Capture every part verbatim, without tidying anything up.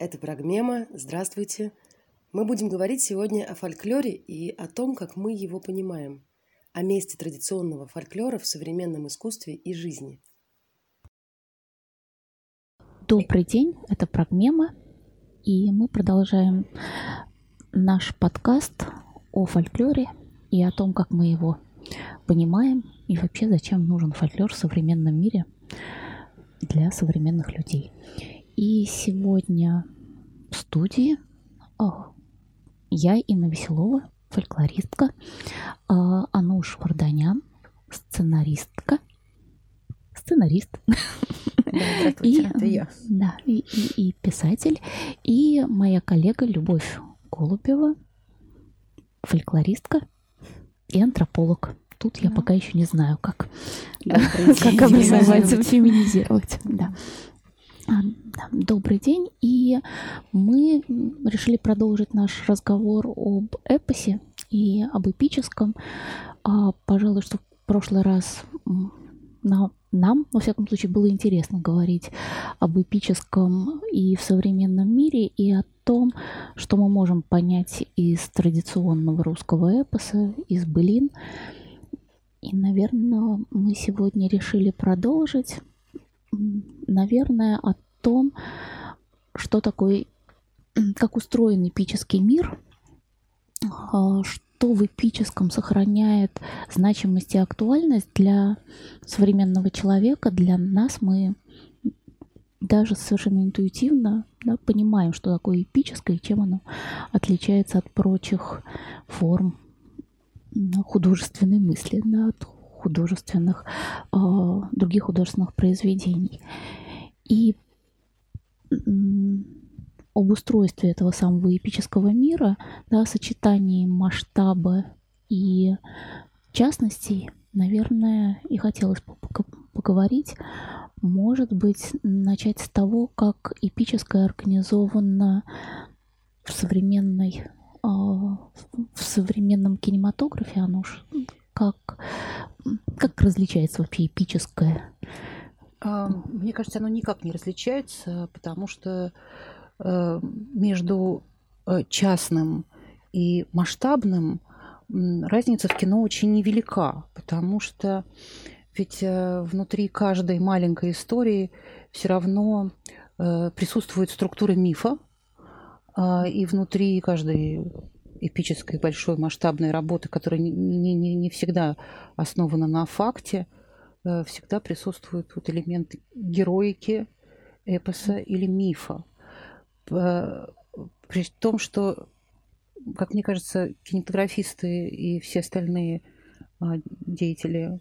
Это Прогмема. Здравствуйте. Мы будем говорить сегодня о фольклоре и о том, как мы его понимаем, о месте традиционного фольклора в современном искусстве и жизни. Добрый день, это Прогмема, и мы продолжаем наш подкаст о фольклоре и о том, как мы его понимаем, и вообще зачем нужен фольклор в современном мире для современных людей. И сегодня в студии о, я, Инна Веселова, фольклористка, а, Ануш Варданян, сценаристка, сценарист. Да, здравствуйте, и, это я. Да, и, и, и писатель, и моя коллега Любовь Голубева, фольклористка и антрополог. Тут я да. пока еще не знаю, как, как образоваться, феминизировать. Да. Добрый день, и мы решили продолжить наш разговор об эпосе и об эпическом. Пожалуй, что в прошлый раз нам, нам, во всяком случае, было интересно говорить об эпическом и в современном мире, и о том, что мы можем понять из традиционного русского эпоса, из былин. И, наверное, мы сегодня решили продолжить, наверное, о том, что такое, как устроен эпический мир, что в эпическом сохраняет значимость и актуальность для современного человека, для нас. Мы даже совершенно интуитивно да, понимаем, что такое эпическое и чем оно отличается от прочих форм художественной мысли, да, от художественных, э, других художественных произведений. И э, об устройстве этого самого эпического мира, да, сочетании масштаба и частностей, наверное, и хотелось бы поговорить. Может быть, начать с того, как эпическое организовано в современной в современном кинематографе, Ануш, как, как различается вообще эпическое? Мне кажется, оно никак не различается, потому что между частным и масштабным разница в кино очень невелика, потому что ведь внутри каждой маленькой истории все равно присутствует структура мифа, и внутри каждой эпической большой масштабной работы, которая не, не, не, не всегда основана на факте, всегда присутствует вот элемент героики, эпоса или мифа. При том, что, как мне кажется, кинематографисты и все остальные деятели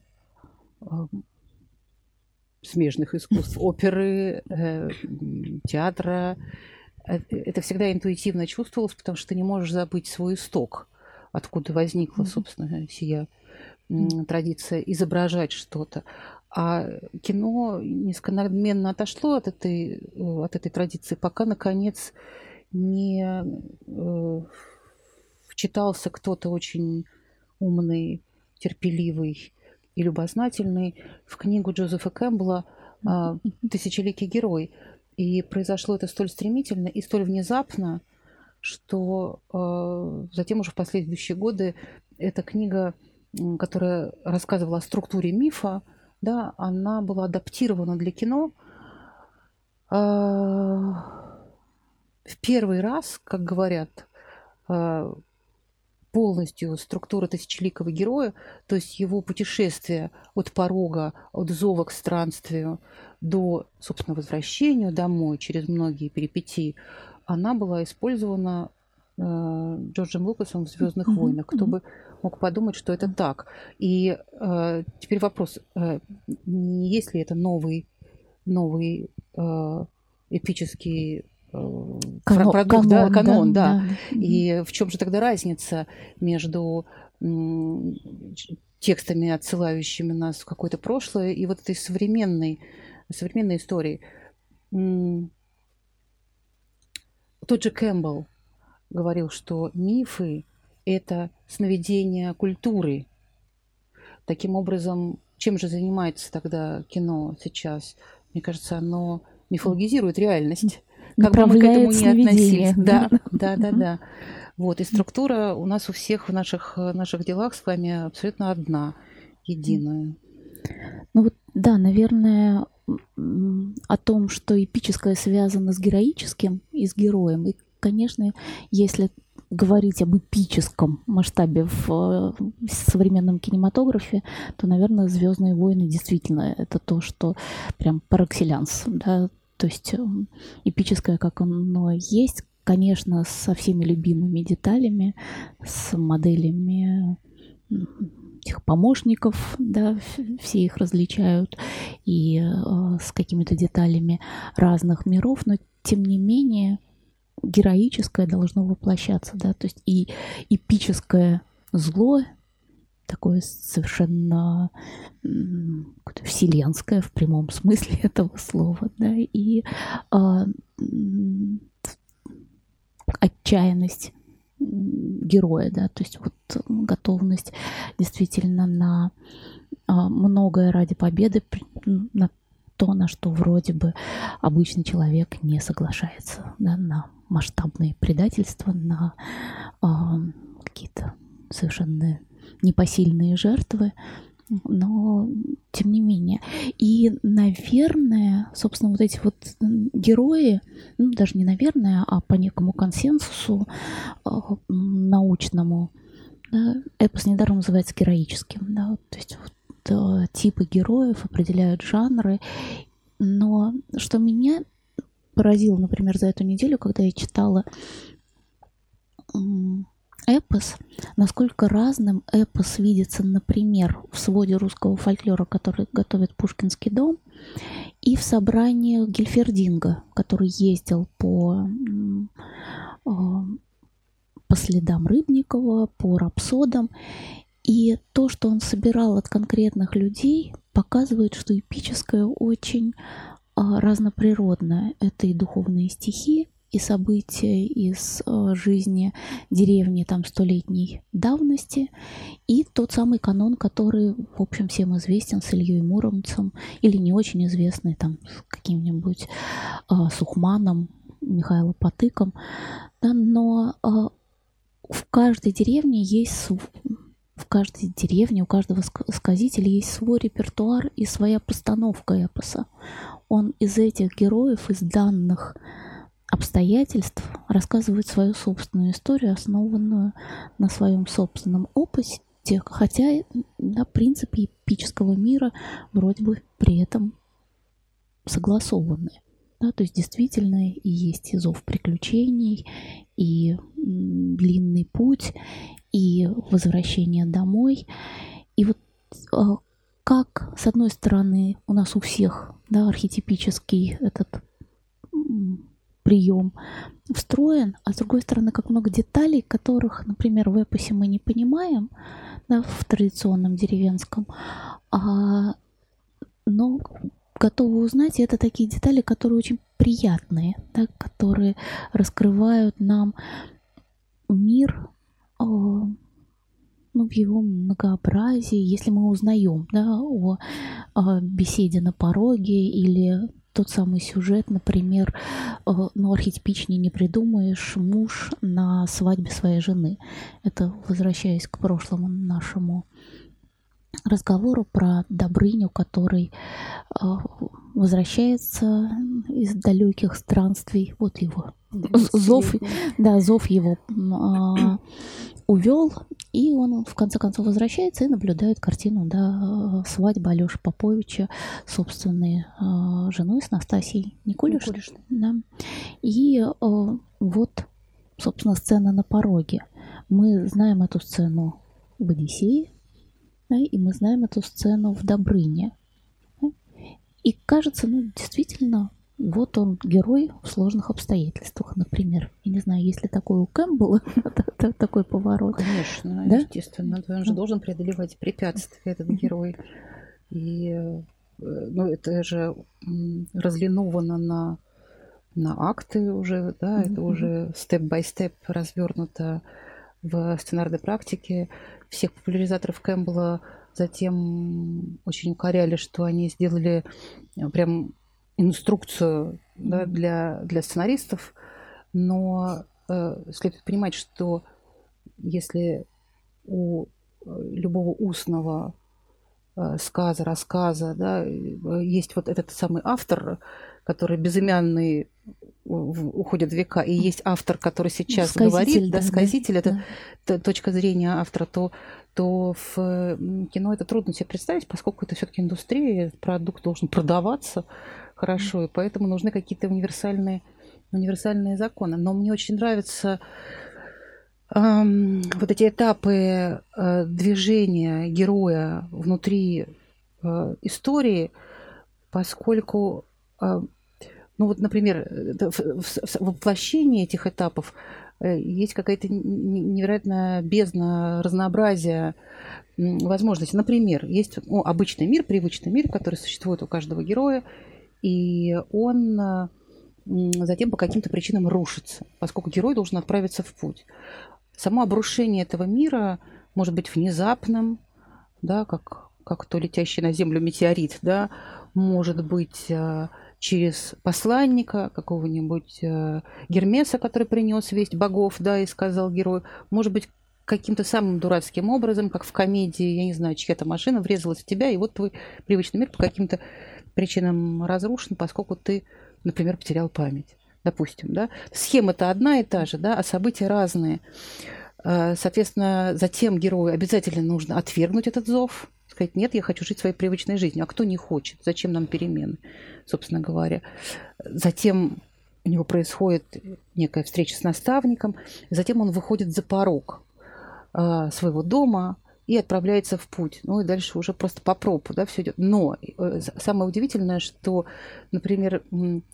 смежных искусств, оперы, театра, это всегда интуитивно чувствовалось, потому что ты не можешь забыть свой исток, откуда возникла, собственно, сия традиция изображать что-то. А кино несконадменно отошло от этой, от этой традиции, пока, наконец, не э, вчитался кто-то очень умный, терпеливый и любознательный в книгу Джозефа Кэмпбелла «Тысячеликий герой». И произошло это столь стремительно и столь внезапно, что э, затем уже в последующие годы эта книга, которая рассказывала о структуре мифа, да, она была адаптирована для кино э, в первый раз, как говорят, э, полностью структура тысячеликого героя, то есть его путешествие от порога, от зова к странствию до, собственно, возвращения домой через многие перипетии, она была использована э, Джорджем Лукасом в «Звездных mm-hmm. войнах». Кто mm-hmm. бы мог подумать, что это так. И э, теперь вопрос, э, не есть ли это новый, новый э, эпический Канон, продукт, канон, да, канон, да, да. да. И в чем же тогда разница между м, текстами, отсылающими нас в какое-то прошлое, и вот этой современной, современной историей? М, тот же Кэмпбелл говорил, что мифы – это сновидение культуры. Таким образом, чем же занимается тогда кино сейчас? Мне кажется, оно мифологизирует реальность. как бы мы к этому не относились. Да, да, да, да. Вот, и структура у нас у всех в наших, наших делах с вами абсолютно одна, единая. Ну вот, да, наверное, о том, что эпическое связано с героическим и с героем. И, конечно, если говорить об эпическом масштабе в, в современном кинематографе, то, наверное, «Звездные войны» действительно это то, что прям par excellence, да, то есть эпическое, как оно есть, конечно, со всеми любимыми деталями, с моделями этих помощников, да, все их различают, и э, с какими-то деталями разных миров, но тем не менее героическое должно воплощаться, да, то есть и эпическое зло, такое совершенно вселенское в прямом смысле этого слова, да, и э, отчаянность героя, да, то есть вот готовность действительно на а, многое ради победы, на то, на что вроде бы обычный человек не соглашается, да, на масштабные предательства, на а, какие-то совершенно непосильные жертвы, но тем не менее. И, наверное, собственно, вот эти вот герои, ну, даже не наверное, а по некому консенсусу э, научному, да, эпос недаром называется героическим, да, то есть вот, э, типы героев определяют жанры, но что меня поразило, например, за эту неделю, когда я читала эпос, насколько разным эпос видится, например, в своде русского фольклора, который готовит Пушкинский дом, и в собраниях Гильфердинга, который ездил по, по следам Рыбникова, по рапсодам. И то, что он собирал от конкретных людей, показывает, что эпическое очень разноприродное. Это и духовные стихи, и события из э, жизни деревни там столетней давности, и тот самый канон, который, в общем, всем известен с Ильей Муромцем, или не очень известный там с каким-нибудь э, Сухманом, Михаилом Потыком, да, но э, в каждой деревне есть в каждой деревне, у каждого сказителя есть свой репертуар и своя постановка эпоса. Он из этих героев, из данных обстоятельств рассказывает свою собственную историю, основанную на своем собственном опыте, хотя на принципе эпического мира вроде бы при этом согласованы. Да, то есть действительно и есть и зов приключений, и м, длинный путь, и возвращение домой. И вот э, как, с одной стороны, у нас у всех, да, архетипический этот м, прием встроен, а с другой стороны, как много деталей, которых, например, в эпосе мы не понимаем, да, в традиционном деревенском, а, но готовы узнать, и это такие детали, которые очень приятные, да, которые раскрывают нам мир, э, ну, в его многообразии, если мы узнаем, да, о, о беседе на пороге или тот самый сюжет, например, э, ну, архетипичнее не придумаешь, муж на свадьбе своей жены. Это, возвращаясь к прошлому нашему разговору про Добрыню, который э, возвращается из далеких странствий. Вот его зов, да, зов его э, увел, и он в конце концов возвращается и наблюдает картину, да, свадьбы Алёши Поповича с собственной э, женой, с Настасьей Никулишной. Да. И э, вот, собственно, сцена на пороге. Мы знаем эту сцену в «Одиссее», да, и мы знаем эту сцену в «Добрыне». Да? И кажется, ну, действительно, вот он, герой в сложных обстоятельствах, например. Я не знаю, есть ли такой у Кэмпбелла такой поворот. Конечно, да? Естественно. Он же должен преодолевать препятствия, этот герой. И ну, это же разлиновано на, на акты уже, да, это уже степ-бай-степ развернуто в сценарной практике. Всех популяризаторов Кэмпбелла затем очень укоряли, что они сделали прям инструкцию, да, для, для сценаристов, но э, следует понимать, что если у любого устного э, сказа, рассказа, да, есть вот этот самый автор, который безымянный уходит в века, и есть автор, который сейчас сказитель, говорит, да, да, сказитель, да, это да. точка зрения автора, то, то в кино это трудно себе представить, поскольку это все-таки индустрия, продукт должен продаваться хорошо, и поэтому нужны какие-то универсальные, универсальные законы. Но мне очень нравятся эм, вот эти этапы э, движения героя внутри э, истории, поскольку э, ну вот, например, в воплощении этих этапов есть какая-то невероятная бездна разнообразия возможностей. Например, есть ну, обычный мир, привычный мир, который существует у каждого героя, и он затем по каким-то причинам рушится, поскольку герой должен отправиться в путь. Само обрушение этого мира может быть внезапным, да, как, как то летящий на Землю метеорит, да, может быть через посланника какого-нибудь э, Гермеса, который принес весть богов, да, и сказал герою, может быть, каким-то самым дурацким образом, как в комедии, я не знаю, чья-то машина врезалась в тебя, и вот твой привычный мир по каким-то причинам разрушен, поскольку ты, например, потерял память, допустим, да. Схема-то одна и та же, да, а события разные. Соответственно, затем герою обязательно нужно отвергнуть этот зов, сказать, нет, я хочу жить своей привычной жизнью. А кто не хочет? Зачем нам перемены, собственно говоря? Затем у него происходит некая встреча с наставником, затем он выходит за порог э, своего дома и отправляется в путь. Ну и дальше уже просто по пропу, да, все идет. Но э, самое удивительное, что, например,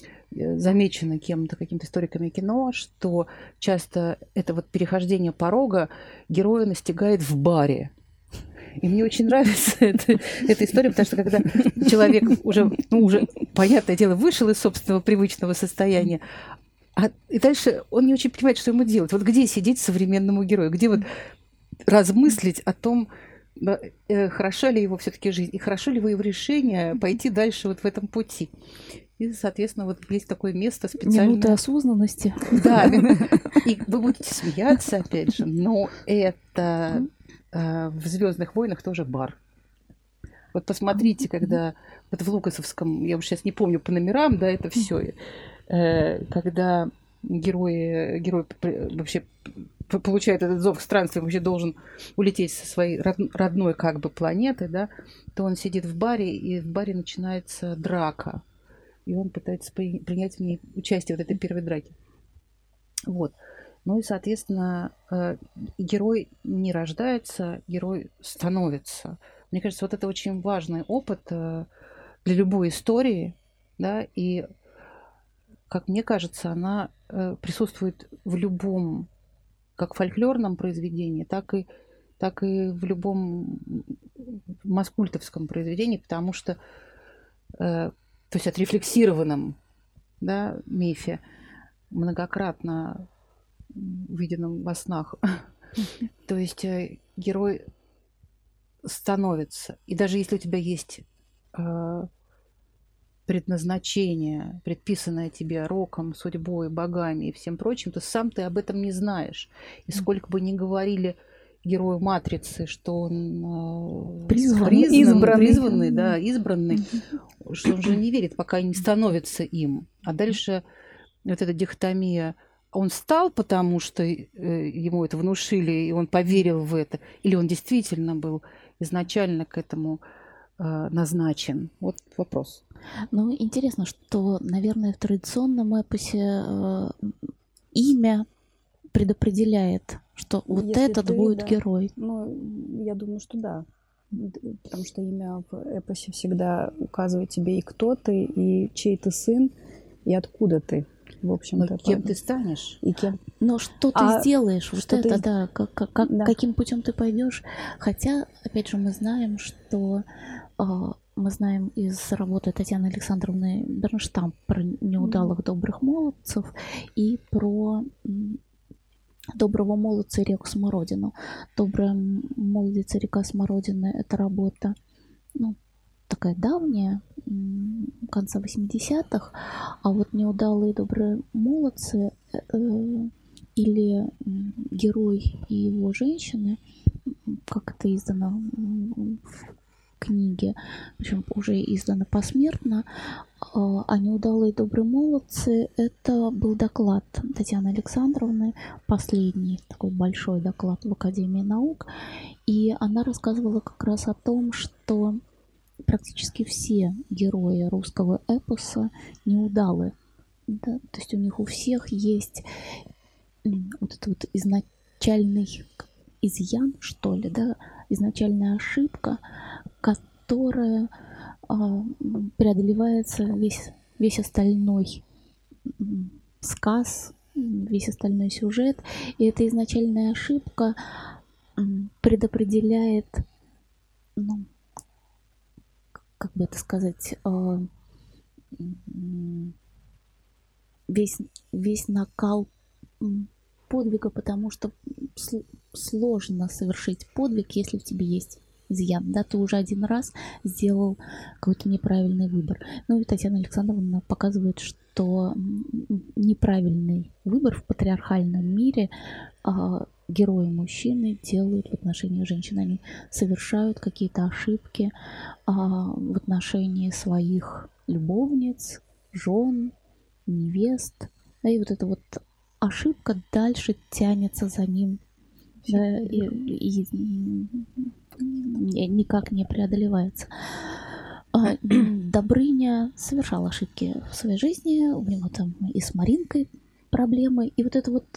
замечено кем-то, какими-то историками кино, что часто это вот перехождение порога героя настигает в баре. И мне очень нравится эта, эта история, потому что когда человек уже, ну, уже, понятное дело, вышел из собственного привычного состояния, а, и дальше он не очень понимает, что ему делать. Вот где сидеть современному герою, где вот размыслить о том, да, э, хороша ли его все-таки жизнь, и хорошо ли его решение пойти дальше вот в этом пути. И, соответственно, вот есть такое место специальное. Минуты осознанности. Да, и вы будете смеяться, опять же, но это... В «Звездных войнах» тоже бар. Вот посмотрите, когда вот в Лукасовском, я уже сейчас не помню по номерам, да, это все, когда герой, герой вообще получает этот зов к странствию, вообще должен улететь со своей родной как бы планеты, да, то он сидит в баре, и в баре начинается драка, и он пытается принять в ней участие в этой первой драке. Вот. Ну и, соответственно, герой не рождается, герой становится. Мне кажется, вот это очень важный опыт для любой истории, да, и, как мне кажется, она присутствует в любом, как фольклорном произведении, так и, так и в любом маскультовском произведении, потому что, то есть отрефлексированном, да, мифе, многократно увиденном во снах. То есть э, герой становится. И даже если у тебя есть э, предназначение, предписанное тебе роком, судьбой, богами и всем прочим, то сам ты об этом не знаешь. И сколько бы ни говорили герою «Матрицы», что он э, Призван, признан, избранный, призванный, да, избранный, mm-hmm. что он же не верит, пока не становится им. А дальше вот эта дихотомия: он стал, потому что ему это внушили, и он поверил в это, или он действительно был изначально к этому э, назначен? Вот вопрос. Ну, интересно, что, наверное, в традиционном эпосе э, имя предопределяет, что вот Если этот ты, будет да. герой. Ну, я думаю, что да. Потому что имя в эпосе всегда указывает тебе и кто ты, и чей ты сын, и откуда ты. В общем-то, но кем ты станешь? И кем? Но что ты а сделаешь? Вот это, ты... да, как, как, да. Каким путем ты пойдешь? Хотя, опять же, мы знаем, что э, мы знаем из работы Татьяны Александровны Бернштам про неудалых mm-hmm. добрых молодцев и про м, доброго молодца и реку Смородину. Добрая молодец и река Смородины — это работа, ну, такая давняя, конца восьмидесятых, а вот «Неудалые добрые молодцы» или «Герой и его женщины», как это издано в книге, причем уже издано посмертно, а «Неудалые добрые молодцы» — это был доклад Татьяны Александровны, последний такой большой доклад в Академии наук, и она рассказывала как раз о том, что практически все герои русского эпоса неудалы. Да? То есть у них у всех есть вот этот вот изначальный изъян, что ли, да, изначальная ошибка, которая э, преодолевается весь, весь остальной сказ, весь остальной сюжет. И эта изначальная ошибка предопределяет, ну, как бы это сказать, э, весь, весь накал подвига, потому что сложно совершить подвиг, если в тебе есть изъян. Да, ты уже один раз сделал какой-то неправильный выбор. Ну и Татьяна Александровна показывает, что неправильный выбор в патриархальном мире а, герои мужчины делают в отношении женщин. Они совершают какие-то ошибки а, в отношении своих любовниц, жен, невест. Да, и вот эта вот ошибка дальше тянется за ним, да, и, и никак не преодолевается. Добрыня совершал ошибки в своей жизни, у него там и с Маринкой проблемы, и вот это вот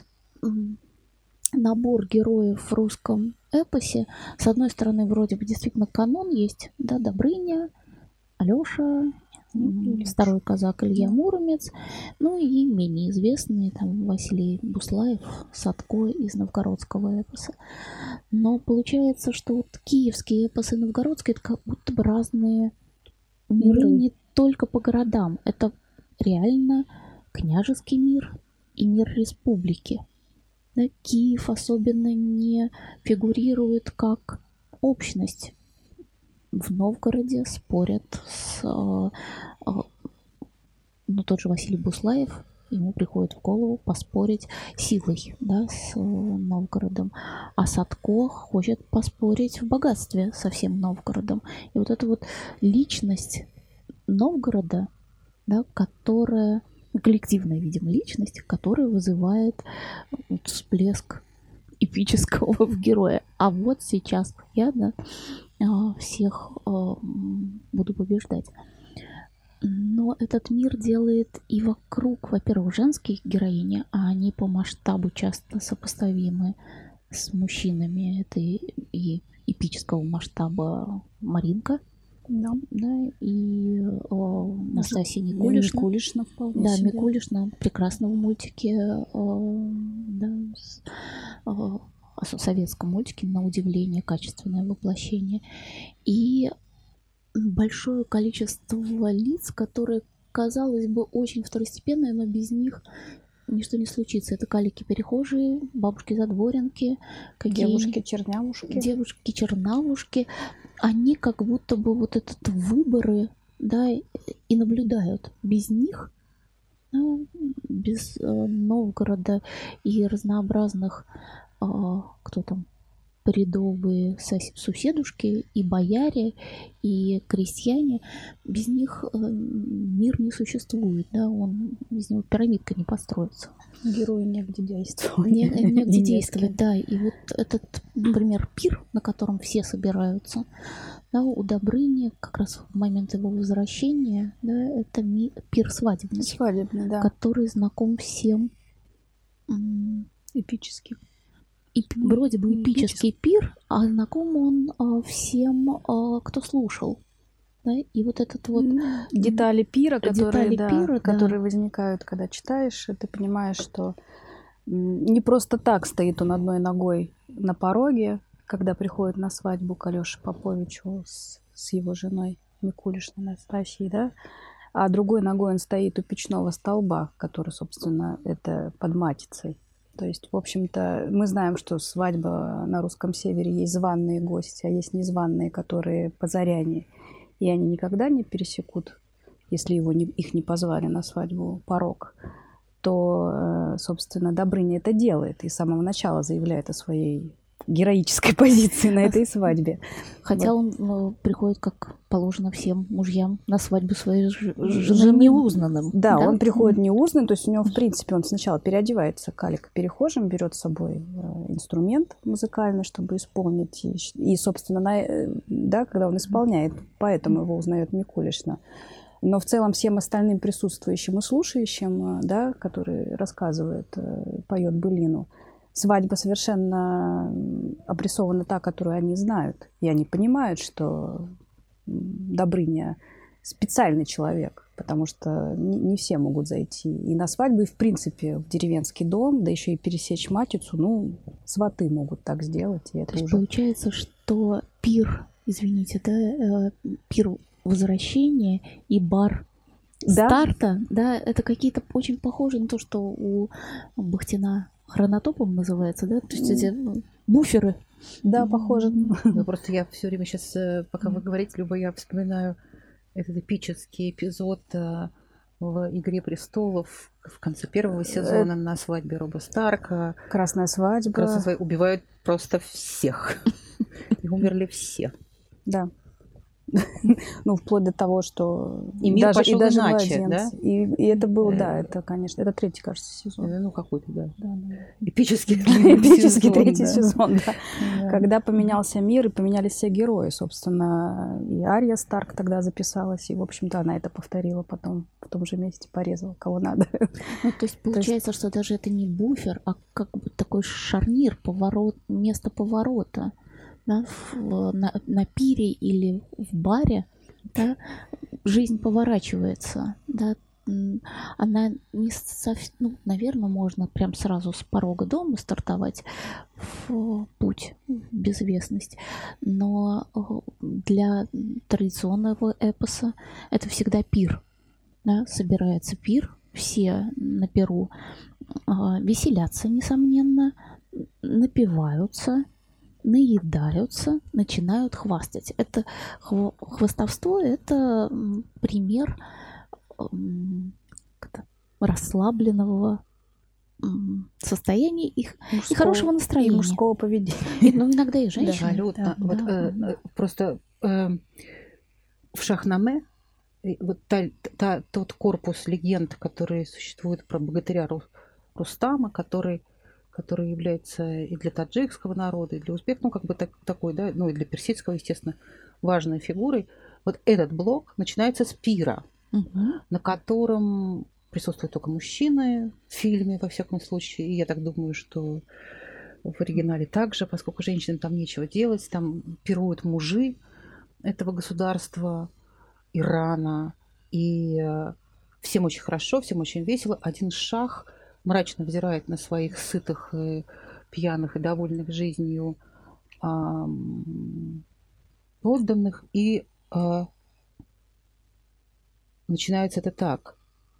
набор героев в русском эпосе, с одной стороны, вроде бы действительно канон есть, да, Добрыня, Алёша, старой казак Илья Муромец, ну и менее известные там Василий Буслаев, Садко из новгородского эпоса. Но получается, что вот киевские эпосы и новгородские — это как будто бы разные миры, не только по городам. Это реально княжеский мир и мир республики. Да, Киев особенно не фигурирует как общность. В Новгороде спорят с... Ну, тот же Василий Буслаев, ему приходит в голову поспорить силой, да, с Новгородом. А Садко хочет поспорить в богатстве со всем Новгородом. И вот эта вот личность Новгорода, да, которая... коллективная, видимо, личность, которая вызывает вот всплеск эпического в героя. А вот сейчас я, да, всех буду побеждать. Но этот мир делает и вокруг, во-первых, женские героини, а они по масштабу часто сопоставимы с мужчинами. Это и эпического масштаба Маринка, да, да, и о, Настасья Микулишна. Микулишна вполне да, себе. Микулишна прекрасно в мультике, о, да, с, о, советском мультике, на удивление, качественное воплощение. И большое количество лиц, которые, казалось бы, очень второстепенные, но без них ничто не случится. Это калики-перехожие, бабушки-задворенки, девушки-чернявушки. Девушки-чернавушки. Они как будто бы вот этот выборы, да, и наблюдают. Без них, да, без э, Новгорода и разнообразных, э, кто там, рядовые соседушки и бояре, и крестьяне, без них э, мир не существует, да, он, без него пирамидка не построится. Герою негде действовать. Не, негде действовать, да. И вот этот, например, пир, на котором все собираются, да, у Добрыни как раз в момент его возвращения, да, это ми- пир свадебный, свадебный, да, который знаком всем. Эпический. И вроде бы эпический пир, а знаком он а, всем, а, кто слушал. Да? И вот этот вот... Детали пира, которые, детали да, пира, которые да. возникают, когда читаешь, и ты понимаешь, что не просто так стоит он одной ногой на пороге, когда приходит на свадьбу к Алёше Поповичу с, с его женой Микулишной Настасьей, да, а другой ногой он стоит у печного столба, который, собственно, это под Матицей. То есть, в общем-то, мы знаем, что свадьба на русском севере есть званые гости, а есть незваные, которые по заряне. И они никогда не пересекут если его не, их не позвали на свадьбу, порок, то, собственно, Добрыня это делает и с самого начала заявляет о своей героической позиции на этой свадьбе. Хотя вот. Он э, приходит, как положено всем мужьям, на свадьбу своей жены неузнанным. Да, да, он приходит неузнанным, то есть у него, в принципе, он сначала переодевается калик-перехожим, берет с собой инструмент музыкальный, чтобы исполнить. И, и собственно, на, да, когда он исполняет, поэтому его узнает Микулишна. Но в целом всем остальным присутствующим и слушающим, да, который рассказывает, поет былину, свадьба совершенно обрисована та, которую они знают. И они понимают, что Добрыня специальный человек, потому что не, не все могут зайти и на свадьбу, и в принципе в деревенский дом, да еще и пересечь матицу, ну, сваты могут так сделать. И это То есть уже... получается, что пир, извините, да, пир возвращения и бар да? старта, да, это какие-то очень похожи на то, что у Бахтина хронотопом называется, да? То есть эти буферы. Да, похоже. Ну, просто я все время сейчас, пока вы говорите, Люба, я вспоминаю этот эпический эпизод в «Игре престолов» в конце первого сезона на свадьбе Роба Старка. Красная свадьба. Красная свадьба. Убивают просто всех. И умерли все. Да. Ну, вплоть до того, что и мир даже, пошел и даже иначе, младенцы. Да? И, и это был, да, это, конечно, это третий, кажется, сезон. Ну, какой-то, да. да, да. Эпический, Эпический третий сезон, да. Когда поменялся мир и поменялись все герои, собственно, и Арья Старк тогда записалась, и, в общем-то, она это повторила потом, в том же месте порезала, кого надо. Ну, то есть получается, что даже это не буфер, а как бы такой шарнир, поворот, место поворота. Да, в, на, на пире или в баре, да, жизнь поворачивается, да, она не совсем, ну, наверное, можно прям сразу с порога дома стартовать в путь, в безвестность, но для традиционного эпоса это всегда пир, да, собирается пир, все на пиру веселятся, несомненно, напиваются, наедаются, начинают хвастать. Это хвастовство, это пример расслабленного состояния их мужского, и хорошего настроения. И мужского поведения. И, ну, иногда и женщин. Абсолютно. Да, вот, да, э, да. Просто э, в Шахнаме вот та, та, тот корпус легенд, который существует про богатыря Рустама, который который является и для таджикского народа, и для узбеков, ну, как бы так, такой, да, ну, и для персидского, естественно, важной фигурой. Вот этот блок начинается с пира, угу. на котором присутствуют только мужчины в фильме, во всяком случае, и я так думаю, что в оригинале также, поскольку женщинам там нечего делать, там пируют мужи этого государства, Ирана, и всем очень хорошо, всем очень весело. Один шах мрачно взирает на своих сытых, пьяных и довольных жизнью э, подданных. И э, начинается это так.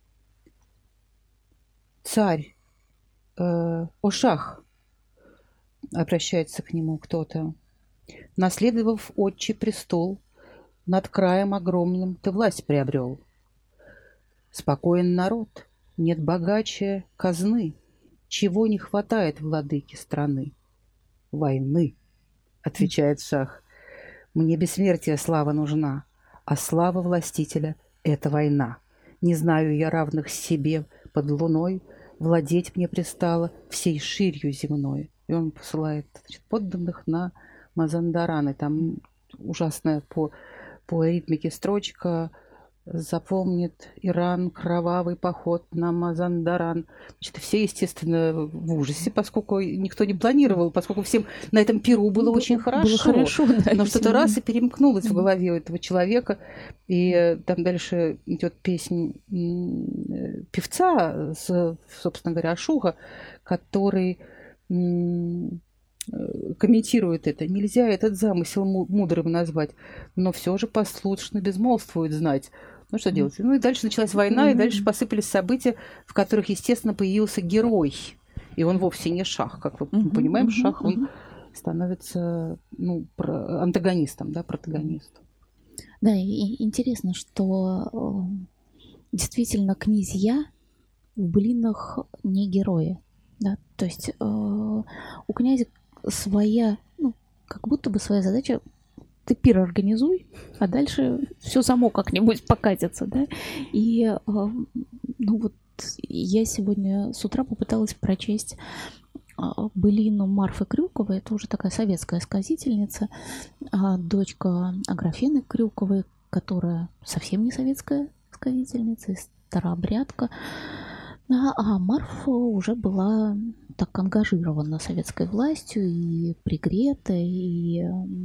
Царь, э, о шах, обращается к нему кто-то, наследовав отчий престол, над краем огромным ты власть приобрел. Спокоен народ. Нет богаче казны, чего не хватает владыке страны. Войны, отвечает шах. Мне бессмертия слава нужна, а слава властителя — это война. Не знаю я равных себе под луной, владеть мне пристало всей ширью земной. И он посылает, значит, подданных на Мазандаран. И там ужасная по, по ритмике строчка: запомнит Иран кровавый поход на Мазандаран. Значит, все, естественно, в ужасе, поскольку никто не планировал, поскольку всем на этом пиру было очень хорошо. Было хорошо, да, но что-то раз и перемкнулось в голове у этого человека. И там дальше идет песня певца, собственно говоря, Ашуга, который комментирует это. Нельзя этот замысел мудрым назвать, но все же послушно безмолвствует знать. Ну, что делать? Ну, и дальше началась война, и дальше посыпались события, в которых, естественно, появился герой. И он вовсе не шах. Как мы понимаем, шах, он становится, ну, антагонистом, да, протагонистом. Да, и интересно, что действительно князья в былинах не герои. Да? То есть э, у князя своя, ну, как будто бы своя задача: ты пир организуй, а дальше все само как-нибудь покатится. Да? И э, ну вот я сегодня с утра попыталась прочесть э, былину Марфы Крюковой. Это уже такая советская сказительница, э, дочка Аграфены Крюковой, которая совсем не советская сказительница, старообрядка. А, а Марфа уже была так ангажирована советской властью и пригрета, и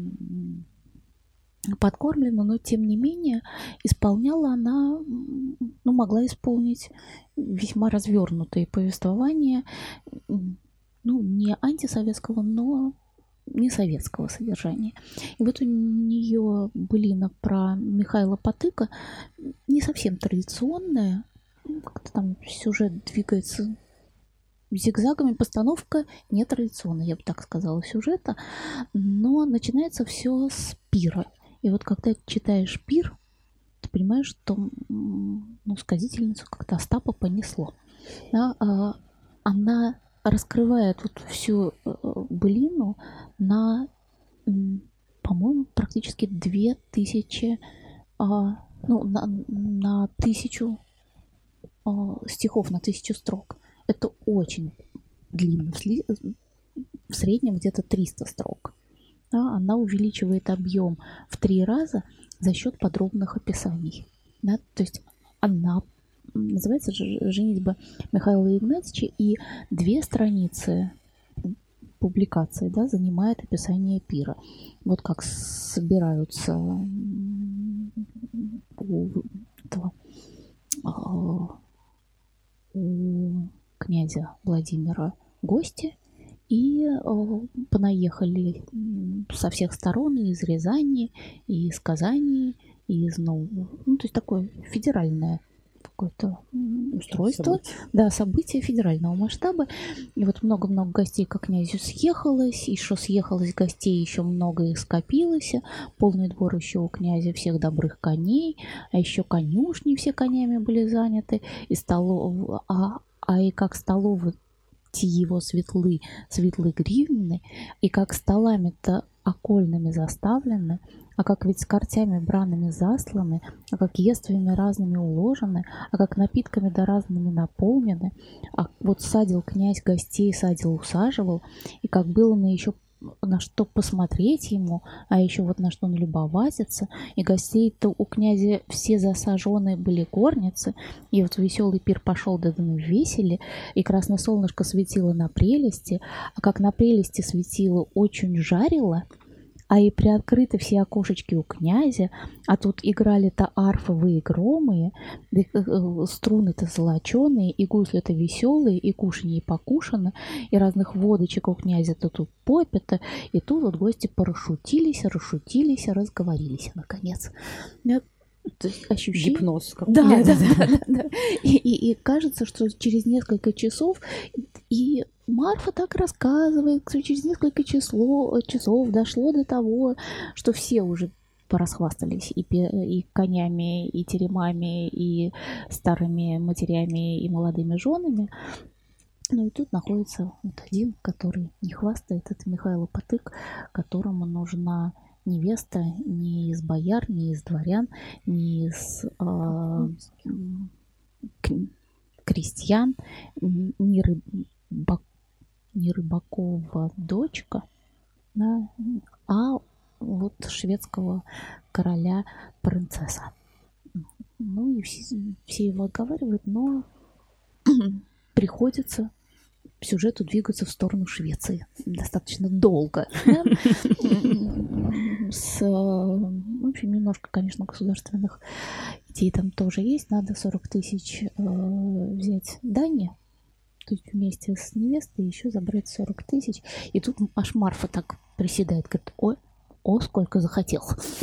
подкормлена, но тем не менее исполняла она, ну, могла исполнить весьма развернутые повествования, ну, не антисоветского, но не советского содержания. И вот у нее былина про Михаила Потыка не совсем традиционная, как-то там сюжет двигается зигзагами, постановка нетрадиционная, я бы так сказала, сюжета, но начинается все с пира. И вот когда читаешь пир, ты понимаешь, что, ну, сказительницу как-то Остапа понесло. Да, а, она раскрывает вот всю былину на, по-моему, практически две тысячи, а, ну, на, на тысячу а, стихов, на тысячу строк. Это очень длинно. В среднем где-то триста строк. Да, она увеличивает объем в три раза за счет подробных описаний. Да, то есть она называется «Женитьба Михаила Игнатьича», и две страницы публикации, да, занимает описание пира. Вот как собираются у, этого, у князя Владимира гости, и понаехали со всех сторон, и из Рязани, и из Казани, и из Нового. Ну, то есть такое федеральное какое-то устройство, событие. Да, событие федерального масштаба. И вот много-много гостей к князю съехалось, и что съехалось гостей, еще много их скопилось. Полный двор еще у князя всех добрых коней, а еще конюшни все конями были заняты, и столов, а, а и как столовы его светлы, светлы гривны, и как столами-то окольными заставлены, а как ведь скатертями бранными засланы, а как ествиями разными уложены, а как напитками да разными наполнены, а вот садил князь гостей, садил, усаживал, и как было на еще на что посмотреть ему, а еще вот на что налюбоваться, и гостей-то у князя все засаженные были горницы, и вот веселый пир пошел да на веселье, и красное солнышко светило на прелести, а как на прелести светило, очень жарило, а и приоткрыты все окошечки у князя, а тут играли-то арфовые громые, да, струны-то золоченые, и гусли-то веселые, и кушанье покушано, и разных водочек у князя-то тут попито, и тут вот гости порашутились, расшутились, разговорились, наконец. То есть ощущение... Гипноз какой-то. Да, да, да, да, да. И, и, и кажется, что через несколько часов, и Марфа так рассказывает, что через несколько число, часов дошло до того, что все уже порасхвастались и, и конями, и теремами, и старыми матерями, и молодыми женами. Ну и тут находится вот один, который не хвастает, это Михаил Потык, которому нужна невеста не из бояр, не из дворян, не из э, крестьян, не, рыбак, не Рыбакова дочка, да, а вот шведского короля принцесса. Ну и все, все его отговаривают, но приходится сюжету двигаться в сторону Швеции достаточно долго. Да? С, в общем, немножко, конечно, государственных идей там тоже есть. Надо сорок тысяч э, взять дани, то есть вместе с невестой еще забрать сорок тысяч. И тут аж Марфа так приседает, говорит: ой, о, сколько захотел.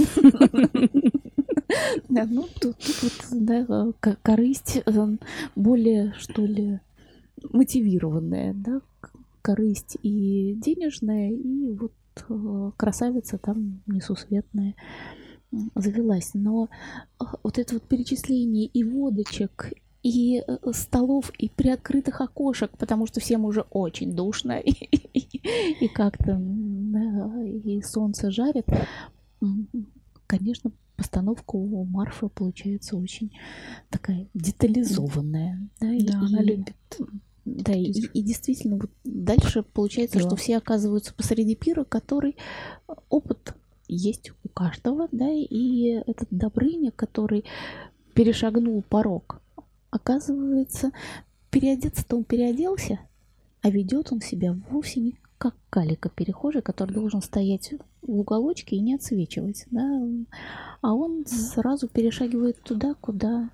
Да, ну, тут вот, да, корысть более, что ли, мотивированная, да, корысть и денежная, и вот красавица там несусветная. завелась. Но вот это вот перечисление и водочек, и столов, и приоткрытых окошек, потому что всем уже очень душно, и, и, и как-то да, и солнце жарит. Конечно, постановка у Марфы получается очень такая детализованная. Да, да и, она любит. Да, и, и действительно, вот дальше получается, да. что все оказываются посреди пира, который опыт есть у каждого, да, и этот Добрыня, который перешагнул порог, оказывается, переодеться-то он переоделся, а ведет он себя вовсе не как калика перехожий, который должен стоять в уголочке и не отсвечивать, да, а он сразу перешагивает туда, куда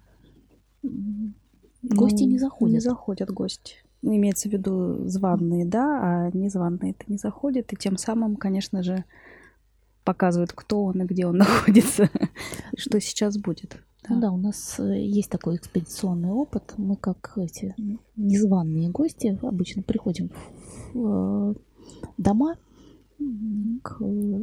гости ну, не заходят. Не заходят гости. Имеется в виду званые, да, а незваные-то не заходят, и тем самым, конечно же, показывают, кто он и где он находится, и что сейчас будет. Да. Ну да, у нас есть такой экспедиционный опыт. Мы, как эти незваные гости, обычно приходим в дома к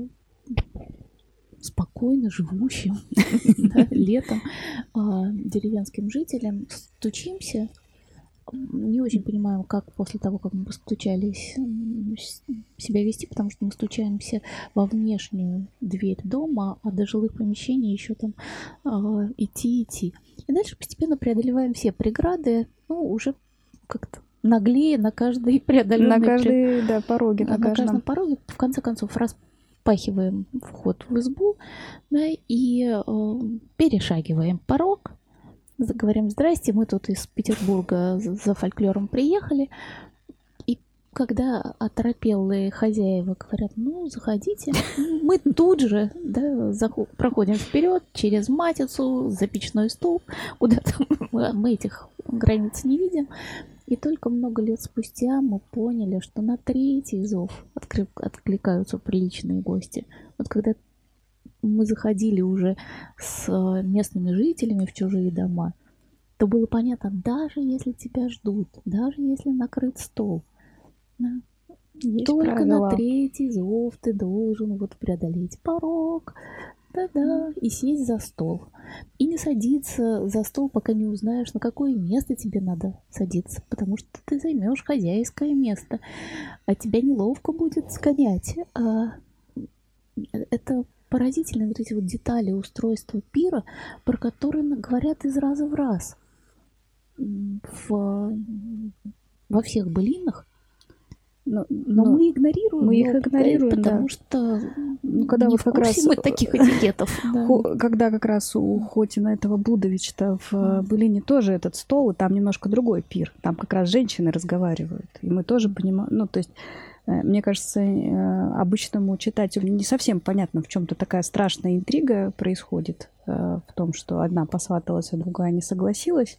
спокойно живущим летом деревенским жителям, стучимся. Не очень понимаем, как после того, как мы постучались, себя вести, потому что мы стучаемся во внешнюю дверь дома, а до жилых помещений еще там э, идти, идти. И дальше постепенно преодолеваем все преграды, ну, уже как-то наглее на каждой преодоленной... На каждой, при... да, пороге. На, на каждом пороге, в конце концов, распахиваем вход в избу, да, и э, перешагиваем порог. Говорим: здрасте, мы тут из Петербурга за фольклором приехали. И когда оторопелые хозяева говорят: ну, заходите, мы тут же, да, заход, проходим вперед через Матицу, за печной столб, куда-то мы этих границ не видим. И только много лет спустя мы поняли, что на третий зов откры- откликаются приличные гости. Вот когда мы заходили уже с местными жителями в чужие дома, то было понятно, даже если тебя ждут, даже если накрыт стол, да, только правила. На третий зов ты должен вот преодолеть порог, да-да, и сесть за стол. И не садиться за стол, пока не узнаешь, на какое место тебе надо садиться, потому что ты займешь хозяйское место, а тебя неловко будет сгонять. А это поразительные вот эти вот детали устройства пира, про которые говорят из раза в раз в, во всех былинах, но, но, но мы игнорируем, мы их игнорируем, потому да. что ну, когда не вот в как курсе раз мы таких этикетов. Да. Когда как раз у Хотина этого Блудовича в былине тоже этот стол, и там немножко другой пир, там как раз женщины разговаривают, и мы тоже понимаем, ну то есть мне кажется, обычному читателю не совсем понятно, в чем-то такая страшная интрига происходит, в том, что одна посваталась, а другая не согласилась.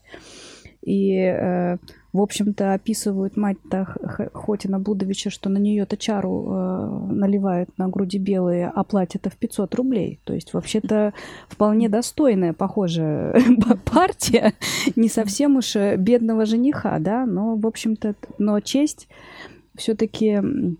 И, в общем-то, описывают мать-то Хотина Блудовича, что на нее-то чару наливают на груди белые, а платье-то в пятьсот рублей. То есть, вообще-то, вполне достойная, похоже, партия, не совсем уж бедного жениха, да, но, в общем-то, но честь все-таки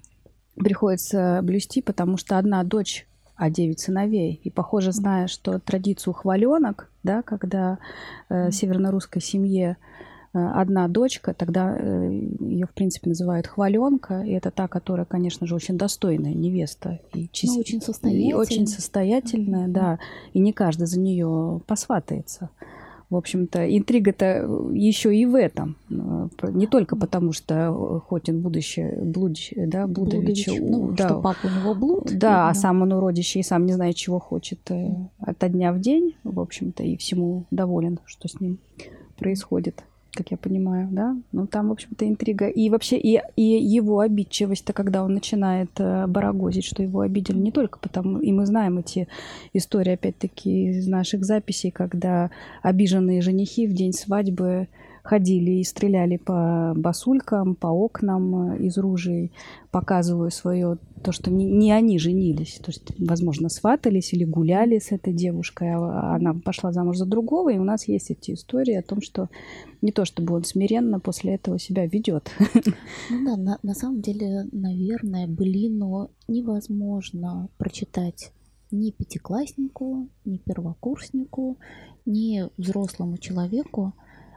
приходится блюсти, потому что одна дочь, а девять сыновей. И, похоже, зная, что традицию хваленок, да, когда э, в северно-русской семье э, одна дочка, тогда э, ее, в принципе, называют хваленка. И это та, которая, конечно же, очень достойная невеста. И, чис... ну, очень состоятельная. И очень состоятельная, mm-hmm. да. И не каждый за нее посватается. В общем-то, интрига-то еще и в этом. Не только потому, что Хотин будущее, блудич, да, Блудович, ну, да, что папа у него блуд. Да, да, а сам он уродище и сам не знает, чего хочет mm. ото дня в день, в общем-то, и всему доволен, что с ним происходит, как я понимаю, да. Ну, там, в общем-то, интрига. И вообще, и, и его обидчивость-то, когда он начинает барагозить, что его обидели не только потому... И мы знаем эти истории, опять-таки, из наших записей, когда обиженные женихи в день свадьбы ходили и стреляли по басулькам, по окнам из ружей, показывая свое, то, что не, не они женились. То есть, возможно, сватались или гуляли с этой девушкой, а она пошла замуж за другого. И у нас есть эти истории о том, что не то чтобы он смиренно после этого себя ведет. Ну да, на, на самом деле, наверное, былину невозможно прочитать ни пятикласснику, ни первокурснику, ни взрослому человеку,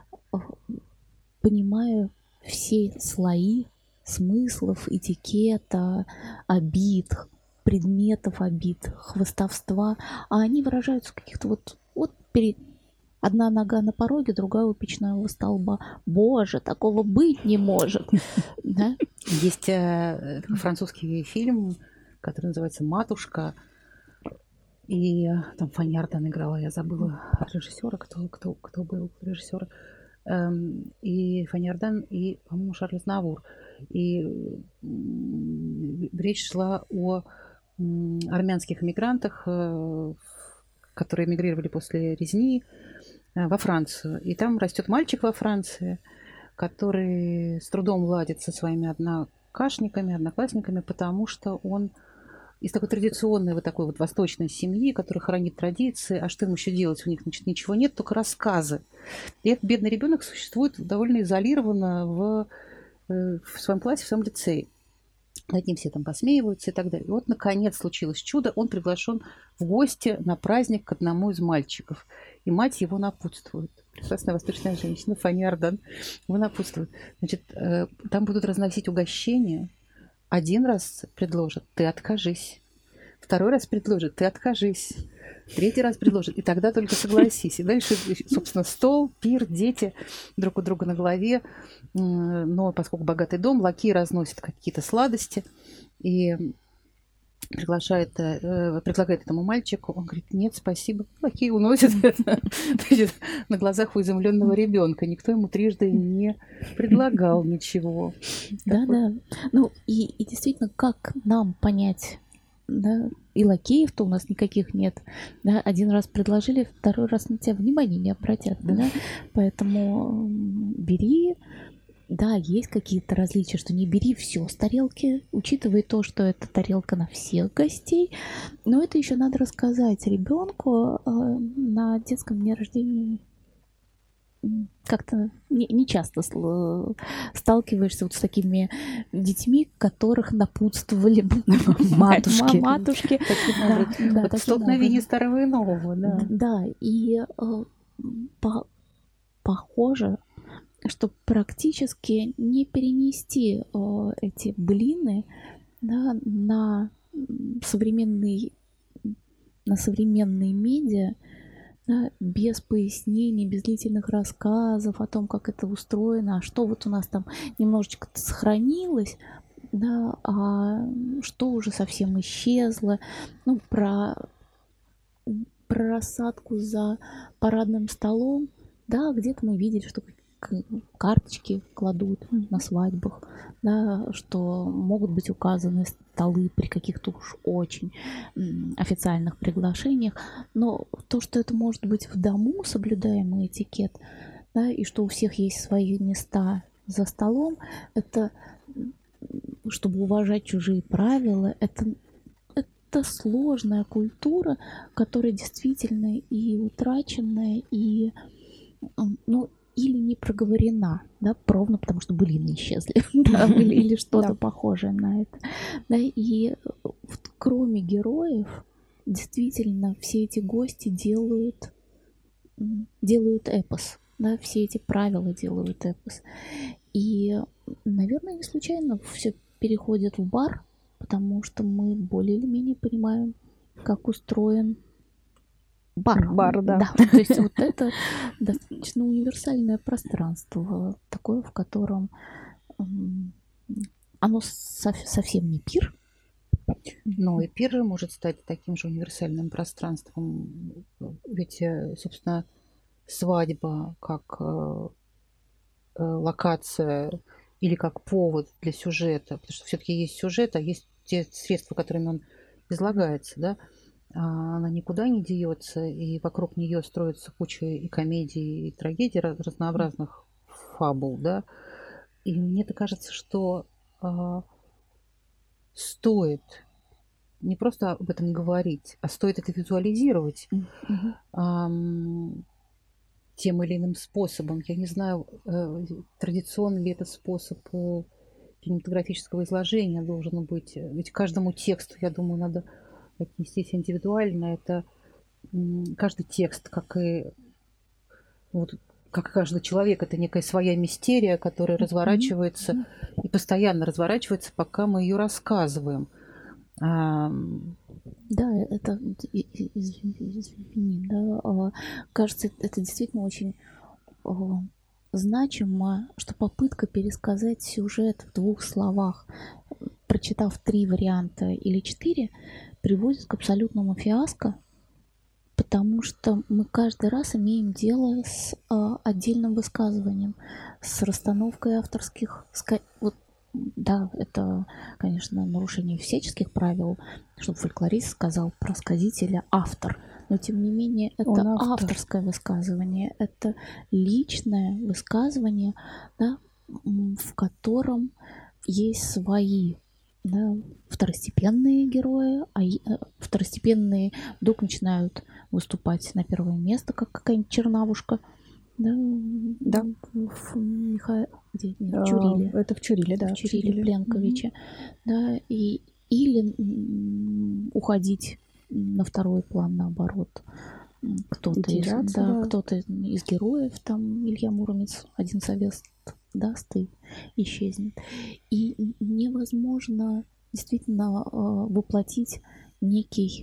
понимая все слои смыслов, этикета, обид, предметов обид, хвастовства, а они выражаются в каких-то вот, вот перед... Одна нога на пороге, другая у печного столба. Боже, такого быть не может. Да? Есть э, французский фильм, который называется «Матушка». И там Фанни Арден играла, я забыла режиссера, кто, кто, кто был режиссер. Эм, и Фанни Арден, и, по-моему, Шарль Азнавур. И речь шла о армянских эмигрантах, э, которые эмигрировали после резни во Францию. И там растет мальчик во Франции, который с трудом ладит со своими однокашниками, одноклассниками, потому что он из такой традиционной вот такой вот восточной семьи, которая хранит традиции. А что им еще делать? У них, значит, ничего нет, только рассказы. И этот бедный ребенок существует довольно изолированно в, в своем классе, в своем лицее. Над ним все там посмеиваются и так далее. И вот, наконец, случилось чудо. Он приглашен в гости на праздник к одному из мальчиков. И мать его напутствует. Прекрасная восточная женщина, Фанни Арден, его напутствует. Значит, там будут разносить угощения. Один раз предложат, ты откажись. Второй раз предложат, ты откажись. Третий раз предложат, и тогда только согласись. И дальше, собственно, стол, пир, дети друг у друга на голове. Но поскольку богатый дом, лакей разносит какие-то сладости и приглашает, предлагает этому мальчику. Он говорит, нет, спасибо. Лакей уносит на глазах у изумленного ребенка. Никто ему трижды не предлагал ничего. Да, да. Ну и, и действительно, как нам понять, да, и лакеев-то у нас никаких нет. Да? Один раз предложили, второй раз на тебя внимания не обратят. Да? Да? Поэтому бери. Да, есть какие-то различия, что не бери все с тарелки, учитывая то, что это тарелка на всех гостей. Но это еще надо рассказать ребенку э, на детском дне рождения. Как-то не, не часто сталкиваешься вот с такими детьми, которых напутствовали матушки. матушки. Столкновение старого и нового. Да, да, и похоже, что практически не перенести эти блины, да, на современный, на современные медиа, да, без пояснений, без длительных рассказов о том, как это устроено, а что вот у нас там немножечко сохранилось, да, а что уже совсем исчезло. Ну, про, про рассадку за парадным столом, да, где-то мы видели, что карточки кладут на свадьбах, да, что могут быть указаны столы при каких-то уж очень официальных приглашениях, но то, что это может быть в дому соблюдаемый этикет, да, и что у всех есть свои места за столом, это, чтобы уважать чужие правила, это, это сложная культура, которая действительно и утраченная, и, ну, или не проговорена, да, ровно потому что былины исчезли, да, или, или что-то похожее на это. Да, и вот, кроме героев, действительно, все эти гости делают, делают эпос, да, все эти правила делают эпос. И, наверное, не случайно все переходит в бар, потому что мы более или менее понимаем, как устроен бар. Бар, да. Да. То есть вот это достаточно универсальное пространство, такое, в котором оно совсем не пир. Но и пир же может стать таким же универсальным пространством. Ведь, собственно, свадьба как локация или как повод для сюжета, потому что все-таки есть сюжет, а есть те средства, которыми он излагается, да, она никуда не деется, и вокруг нее строится куча и комедий, и трагедий разнообразных фабул, да. И мне-то кажется, что а, стоит не просто об этом говорить, а стоит это визуализировать mm-hmm. а, тем или иным способом. Я не знаю, а, традиционный ли это способ кинематографического изложения должен быть. Ведь каждому тексту, я думаю, надо отнестись индивидуально, это каждый текст, как и вот, как и каждый человек, это некая своя мистерия, которая разворачивается mm-hmm. и постоянно разворачивается, пока мы ее рассказываем. А... Да, это извини, да, кажется, это действительно очень значимо, что попытка пересказать сюжет в двух словах, прочитав три варианта или четыре, приводит к абсолютному фиаско, потому что мы каждый раз имеем дело с э, отдельным высказыванием, с расстановкой авторских... Вот, да, это, конечно, нарушение всяческих правил, чтобы фольклорист сказал про сказителя автор, но тем не менее это автор. Авторское высказывание, это личное высказывание, да, в котором есть свои, да, второстепенные герои, а второстепенные вдруг начинают выступать на первое место, как какая-нибудь чернавушка. Да, да. В Миха... Где? Нет, в Чуриле. Это в Чуриле, да. В Чуриле, Чуриле. Пленковича. Mm-hmm. Да, и, или м, уходить на второй план, наоборот. Кто-то из, да, да. кто-то из героев, там Илья Муромец один совет даст и исчезнет. И невозможно действительно воплотить некий,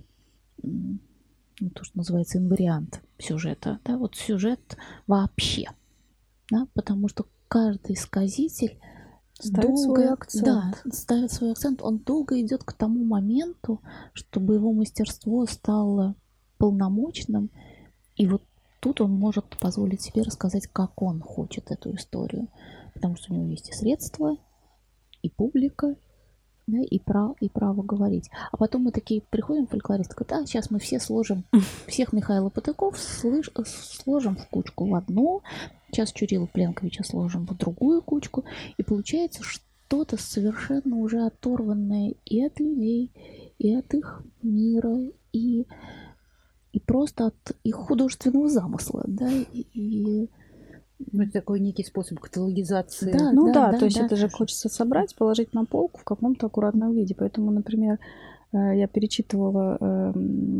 ну, то, что называется, инвариант сюжета. Да, вот сюжет вообще. Да, потому что каждый сказитель ставит долго, свой акцент. Да, ставит свой акцент. Он долго идет к тому моменту, чтобы его мастерство стало полномочным. И вот тут он может позволить себе рассказать, как он хочет эту историю. Потому что у него есть и средства, и публика, да, и, прав, и право говорить. А потом мы такие приходим, фольклористы, говорят, а сейчас мы все сложим, всех Михаила Потыков слыш, сложим в кучку в одну, сейчас Чурила Пленковича сложим в другую кучку, и получается что-то совершенно уже оторванное и от людей, и от их мира, и, и просто от их художественного замысла, да, и... и Ну, это такой некий способ каталогизации. Да, ну да, да, да то есть да, это же хочется собрать, положить на полку в каком-то аккуратном виде. Поэтому, например, я перечитывала э,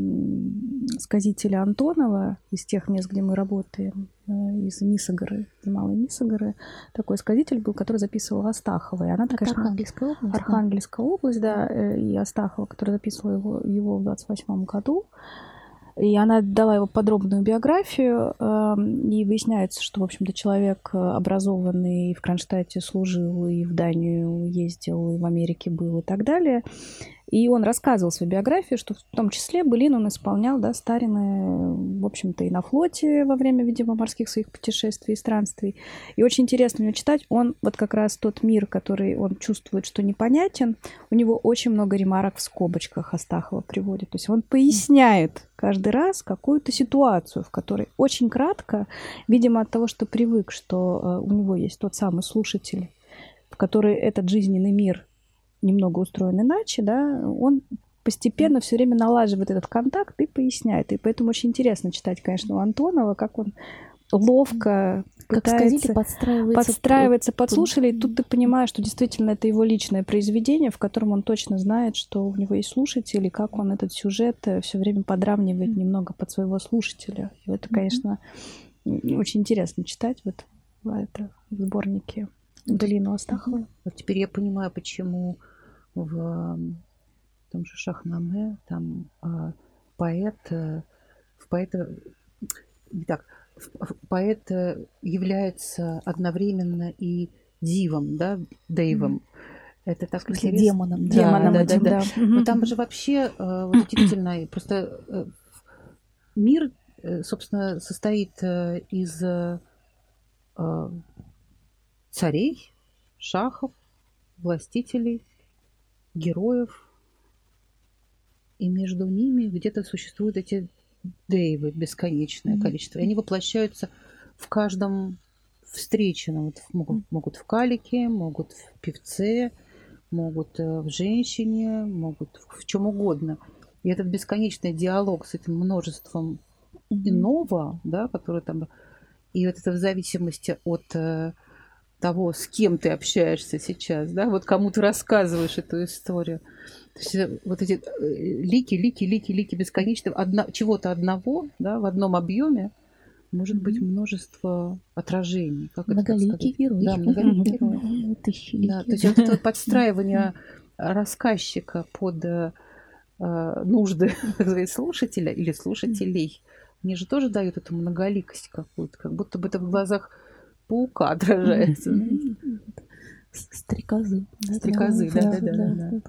сказителя Антонова из тех мест, где мы работаем, э, из Нисогоры, из Малой Нисогоры. Такой сказитель был, который записывал Астахова. И она, это конечно, Архангельская область. Архангельская да? область, да, э, и Астахова, которая записывала его, его в двадцать восьмом году. И она дала его подробную биографию, э, и выясняется, что, в общем-то, человек образованный, в Кронштадте служил, и в Данию ездил, и в Америке был, и так далее. И он рассказывал свою биографию, что в том числе былин он исполнял, да, старины, в общем-то, и на флоте во время, видимо, морских своих путешествий и странствий. И очень интересно у него читать. Он вот как раз тот мир, который он чувствует, что непонятен, у него очень много ремарок в скобочках Астахова приводит. То есть он поясняет каждый раз какую-то ситуацию, в которой очень кратко, видимо, от того, что привык, что у него есть тот самый слушатель, в который этот жизненный мир немного устроен иначе, да, он постепенно все время налаживает этот контакт и поясняет. И поэтому очень интересно читать, конечно, у Антонова, как он ловко как пытается подстраивается, подстраивается под слушателей. И тут ты понимаешь, что действительно это его личное произведение, в котором он точно знает, что у него есть слушатель, и как он этот сюжет все время подравнивает немного под своего слушателя. И это, конечно, очень интересно читать вот это в сборнике Галину Астахову. Вот теперь я понимаю, почему в том же Шахнаме там а, поэт, в поэта, так, поэт является одновременно и дивом, да, дейвом. Mm-hmm. Это так интересно. Демоном. Да, демоном да, этим, да, да. да. Mm-hmm. Но там же вообще вот удивительно, просто мир, собственно, состоит из царей, шахов, властителей, героев. И между ними где-то существуют эти дейвы, бесконечное mm-hmm. количество. И они воплощаются в каждом встреченном. Вот могут, могут в калике, могут в певце, могут в женщине, могут в чем угодно. И этот бесконечный диалог с этим множеством mm-hmm. иного, да, который там... И вот это в зависимости от того, с кем ты общаешься сейчас, да, вот кому ты рассказываешь эту историю. То есть вот эти лики, лики, лики, лики бесконечного, одно, чего-то одного, да, в одном объеме может быть множество отражений. Как многоликий герой. Да, многоликий герой. Да, то есть вот это вот подстраивание рассказчика под э, нужды слушателя или слушателей, они же тоже дают эту многоликость какую-то, как будто бы это в глазах паука отражается. Стрекозы. Стрекозы, да-да-да.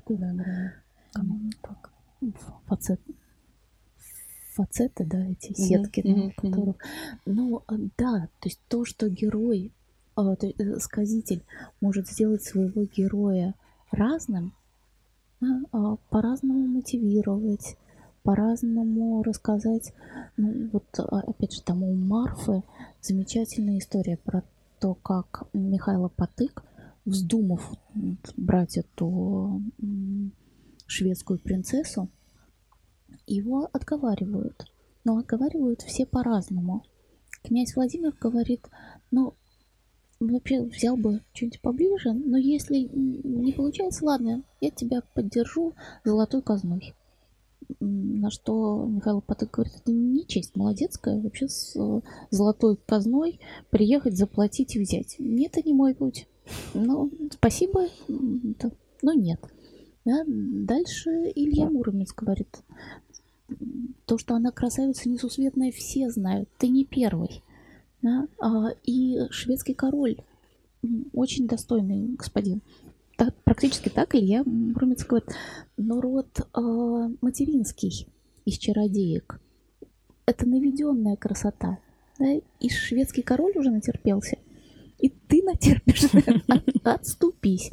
Фацет. Фацеты, да, эти сетки, mm-hmm. на которых... Ну, да, то есть то, что герой, а, то, э, сказитель может сделать своего героя разным, да, а, по-разному мотивировать, по-разному рассказать. Ну, вот, опять же, там у Марфы замечательная история про то, как Михайло Потык, вздумав брать эту шведскую принцессу, его отговаривают. Но отговаривают все по-разному. Князь Владимир говорит, ну, вообще взял бы что-нибудь поближе, но если не получается, ладно, я тебя поддержу золотой казной. На что Михаил Потык говорит, это не честь молодецкая, вообще с золотой казной приехать, заплатить и взять. Нет, это не мой путь. Ну, спасибо, но нет. Да? Дальше Илья Муромец говорит, то, что она красавица несусветная, все знают, ты не первый. Да? И шведский король, очень достойный господин. Так, практически так Илья Муромец говорит, но род э, материнский из чародеек, это наведенная красота. Да? И шведский король уже натерпелся, и ты натерпишься, отступись.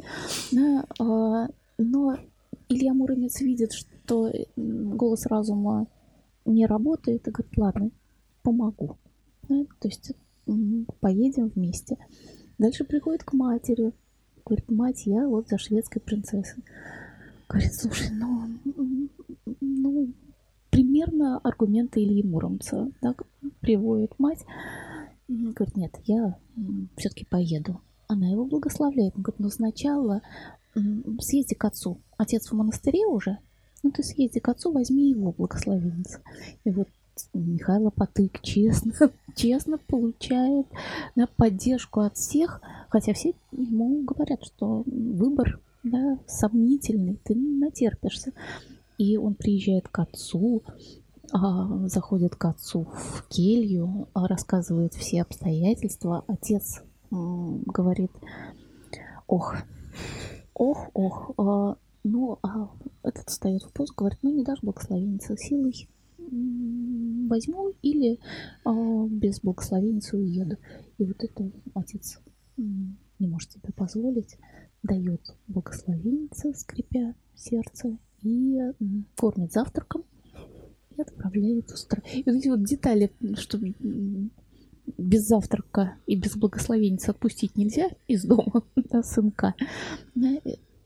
Но Илья Муромец видит, что голос разума не работает, и говорит, ладно, помогу. То есть поедем вместе. Дальше приходит к матери. Говорит, мать, я вот за шведской принцессой. Говорит, слушай, ну, ну примерно аргументы Ильи Муромца. Так приводит мать. Говорит, нет, я все-таки поеду. Она его благословляет. Он говорит, ну сначала съезди к отцу. Отец в монастыре уже. Ну ты съезди к отцу, возьми его благословенца. И вот Михайло Потык честно, честно получает, да, поддержку от всех, хотя все ему говорят, что выбор, да, сомнительный, ты натерпишься. И он приезжает к отцу, а, заходит к отцу в келью, а, рассказывает все обстоятельства. Отец м, говорит, ох, ох, ох, а, ну, а этот встает в позу, говорит, ну не дашь благословенца силой, возьму или а, без благословенца уеду. И вот это отец не может себе позволить, дает благословенца, скрипя сердце, и кормит завтраком и отправляет устро. И вот эти вот детали, что без завтрака и без благословенца отпустить нельзя из дома, да, сынка. Да,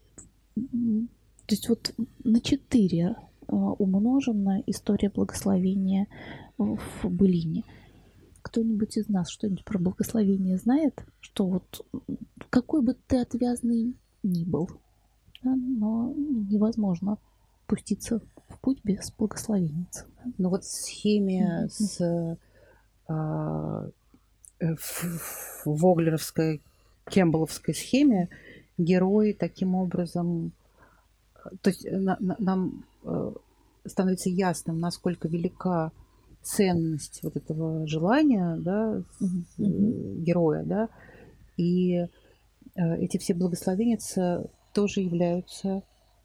то есть вот на четыре умножена история благословения в былине. Кто-нибудь из нас что-нибудь про благословение знает? Что вот какой бы ты отвязный ни был, да, но невозможно пуститься в путь без благословенницы. Ну вот в схеме mm-hmm. с а, в воглеровской, кембеловской схеме герой таким образом, то есть на, на, нам становится ясным, насколько велика ценность вот этого желания, да, mm-hmm. героя, да, и эти все благословенницы тоже являются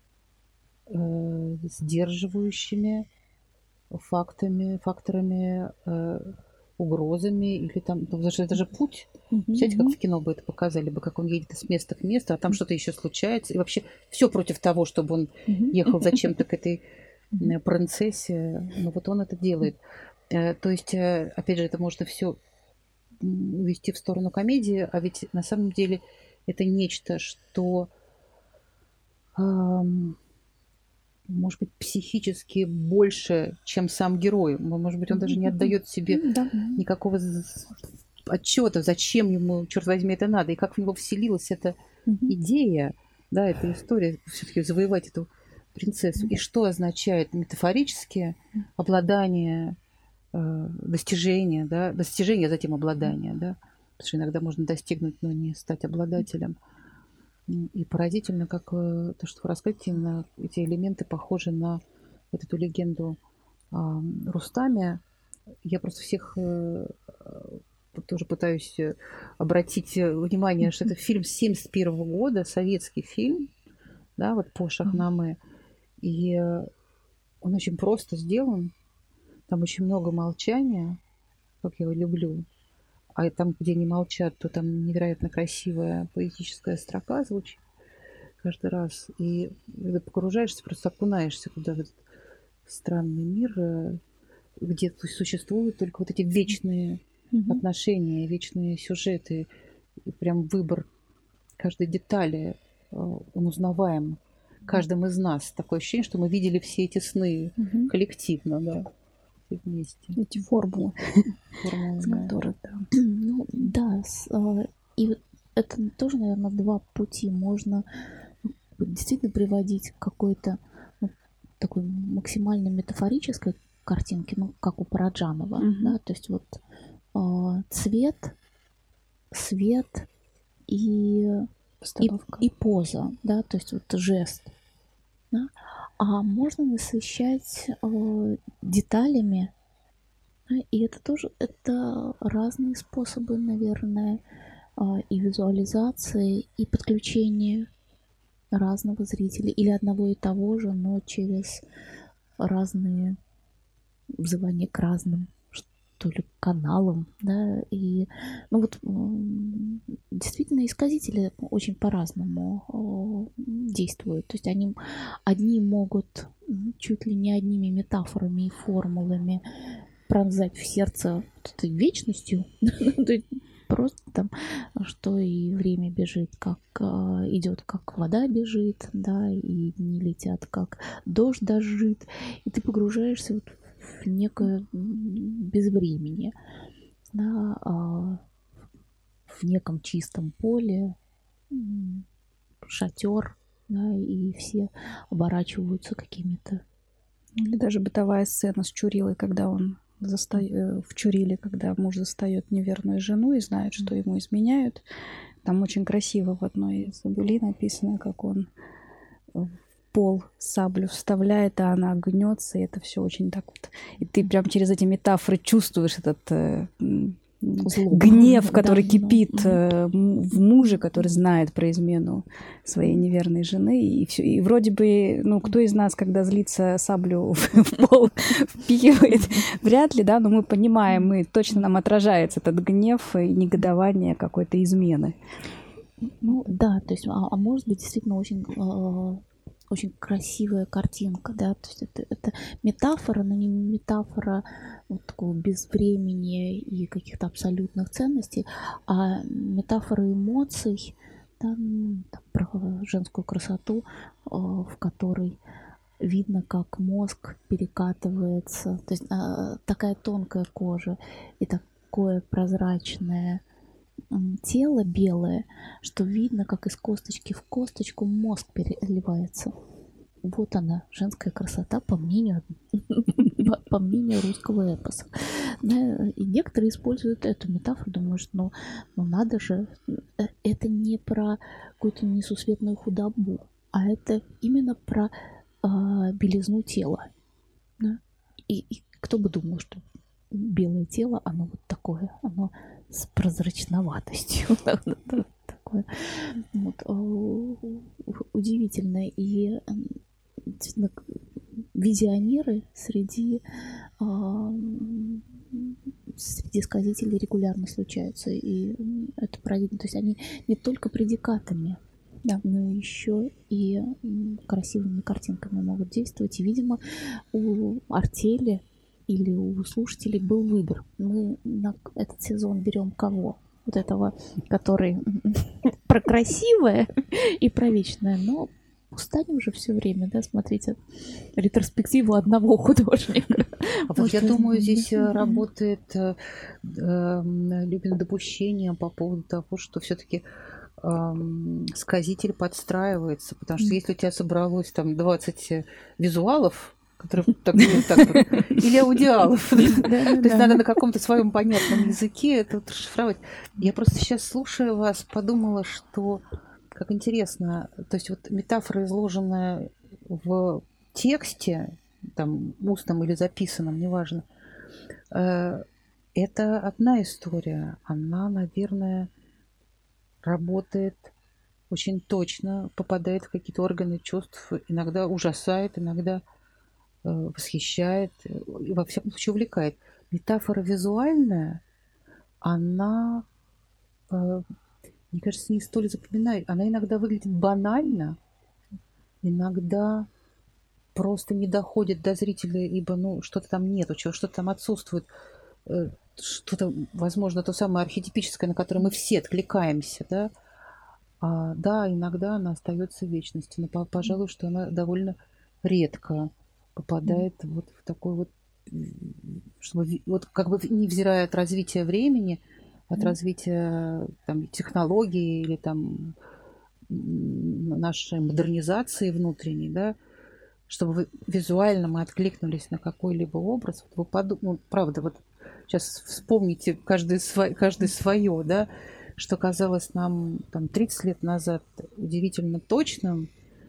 э, сдерживающими фактами, факторами, э, угрозами, или там, потому что это же путь. Представляете, mm-hmm. как в кино бы это показали бы, как он едет с места к месту, а там mm-hmm. что-то еще случается, и вообще все против того, чтобы он mm-hmm. ехал зачем-то к этой mm-hmm. принцессе, но вот он это делает. Э, то есть, э, опять же, это можно все увести в сторону комедии, а ведь на самом деле это нечто, что, эм, может быть, психически больше, чем сам герой. Может быть, он даже не отдает себе mm-hmm. никакого отчета, зачем ему, черт возьми, это надо, и как в него вселилась эта mm-hmm. идея, да, эта история, все-таки завоевать эту принцессу. Mm-hmm. И что означает метафорически обладание, э, достижение, да, достижение, а затем обладание, mm-hmm. да, потому что иногда можно достигнуть, но не стать обладателем. И поразительно, как э, то, что вы рассказываете, именно эти элементы похожи на вот эту легенду о Рустаме. Я просто всех э, тоже пытаюсь обратить внимание, что это фильм семьдесят первого года, советский фильм, да, вот по Шахнаме. И он очень просто сделан. Там очень много молчания, как я его люблю. А там, где не молчат, то там невероятно красивая поэтическая строка звучит каждый раз. И когда погружаешься, просто окунаешься туда, в этот странный мир, где существуют только вот эти вечные mm-hmm. отношения, вечные сюжеты. И прям выбор каждой детали, он узнаваем каждым из нас. Такое ощущение, что мы видели все эти сны mm-hmm. коллективно, да. Вместе. Эти формулы, формулы с которых, да. Ну, да, с, и вот это тоже, наверное, два пути. Можно действительно приводить к какой-то ну, такой максимально метафорической картинке, ну, как у Параджанова, mm-hmm. да, то есть вот э, цвет, свет и, и, и поза, да, то есть вот жест, да. А можно насыщать э, деталями, да, и это тоже это разные способы, наверное, э, и визуализации, и подключения разного зрителя или одного и того же, но через разные взывания к разным, что ли, каналам, да, и ну вот действительно исказители очень по-разному действуют, то есть они одни могут чуть ли не одними метафорами и формулами пронзать в сердце вот этой вечностью, просто там, что и время бежит, как идет, как вода бежит, да, и дни летят, как дождь дождит, и ты погружаешься вот в некое безвременье, да, в неком чистом поле, шатер, да, и все оборачиваются какими-то. Или даже бытовая сцена с Чурилой, когда он заста... в Чуриле, когда муж застает неверную жену и знает, что ему изменяют. Там очень красиво в одной из Абули написано, как он в пол саблю вставляет, а она гнется, и это все очень так вот. И ты прям через эти метафоры чувствуешь этот э, Злоба. гнев, который да, кипит да. в муже, который знает про измену своей неверной жены. И, все. И вроде бы, ну, кто из нас, когда злится, саблю в пол впихивает? Вряд ли, да, но мы понимаем, мы точно нам отражается этот гнев и негодование какой-то измены. Ну, да, то есть, а, а может быть, действительно очень... Э- очень красивая картинка, да, то есть это, это метафора, но не метафора вот такого безвремени и каких-то абсолютных ценностей, а метафора эмоций, да, там, про женскую красоту, в которой видно, как мозг перекатывается, то есть такая тонкая кожа и такое прозрачное тело белое, что видно, как из косточки в косточку мозг переливается. Вот она, женская красота, по мнению, по мнению русского эпоса. И некоторые используют эту метафору, думают, что ну, ну надо же, это не про какую-то несусветную худобу, а это именно про э, белизну тела. Да? И, и кто бы думал, что белое тело, оно вот такое, оно с прозрачноватостью. Такое вот, удивительно. И визионеры среди, среди сказителей регулярно случаются. И это правильно. То есть они не только предикатами, да, но еще и красивыми картинками могут действовать. И, видимо, у артели или у слушателей был выбор. Мы на этот сезон берем кого? Вот этого, который про красивое и про вечное, но устанем же все время, да, смотреть ретроспективу одного художника. А вот я думаю, здесь работает э, э, Любина допущение по поводу того, что все-таки э, сказитель подстраивается, потому что если у тебя собралось там двадцать визуалов, которые так, ну, так вот, или аудиалов, то есть надо на каком-то своем понятном языке это вот расшифровать. Я просто сейчас, слушая вас, подумала, что как интересно, то есть вот метафора, изложенная в тексте, там, устном или записанном, неважно, э, это одна история. Она, наверное, работает очень точно, попадает в какие-то органы чувств, иногда ужасает, иногда э, восхищает, и во всяком случае увлекает. Метафора визуальная, она... Э, мне кажется, не столь запоминает. Она иногда выглядит банально, иногда просто не доходит до зрителя, ибо ну, что-то там нет, что-то там отсутствует, что-то, возможно, то самое архетипическое, на которое мы все откликаемся, да. А, да, иногда она остается в вечности, но, пожалуй, что она довольно редко попадает mm. вот в такой вот, чтобы, вот как бы невзирая от развития времени, от развития там, технологий или там нашей модернизации внутренней, да, чтобы визуально мы откликнулись на какой-либо образ. Вот вы подум... ну, правда, вот сейчас вспомните каждый, сво... каждый свое, да, что казалось нам там тридцать лет назад удивительно точным,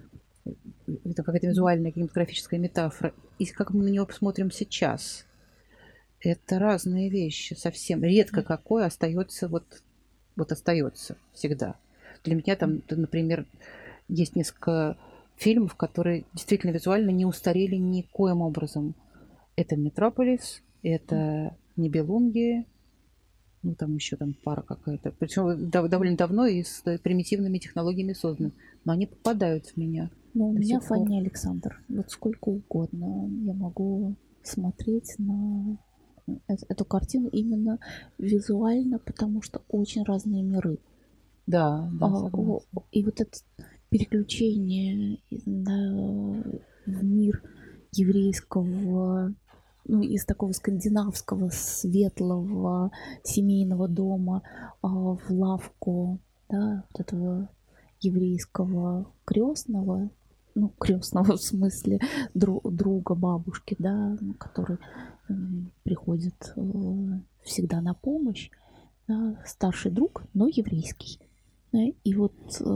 это какая-то визуальная кинематографическая метафора, и как мы на него посмотрим сейчас. Это разные вещи совсем. Редко какое остается вот, вот остается всегда. Для меня там, например, есть несколько фильмов, которые действительно визуально не устарели никоим образом. Это «Метрополис», это «Нибелунги», ну там еще там пара какая-то. Причем довольно давно и с примитивными технологиями созданы. Но они попадают в меня. Ну, у меня Фанни Александр. Вот сколько угодно я могу смотреть на эту картину именно визуально, потому что очень разные миры. Да, да. А, и вот это переключение на, в мир еврейского, ну, из такого скандинавского светлого семейного дома а, в лавку, да, вот этого еврейского крестного, ну, крестного в смысле дру, друга бабушки, да, который э, приходит э, всегда на помощь, да, старший друг, но еврейский. Да, и вот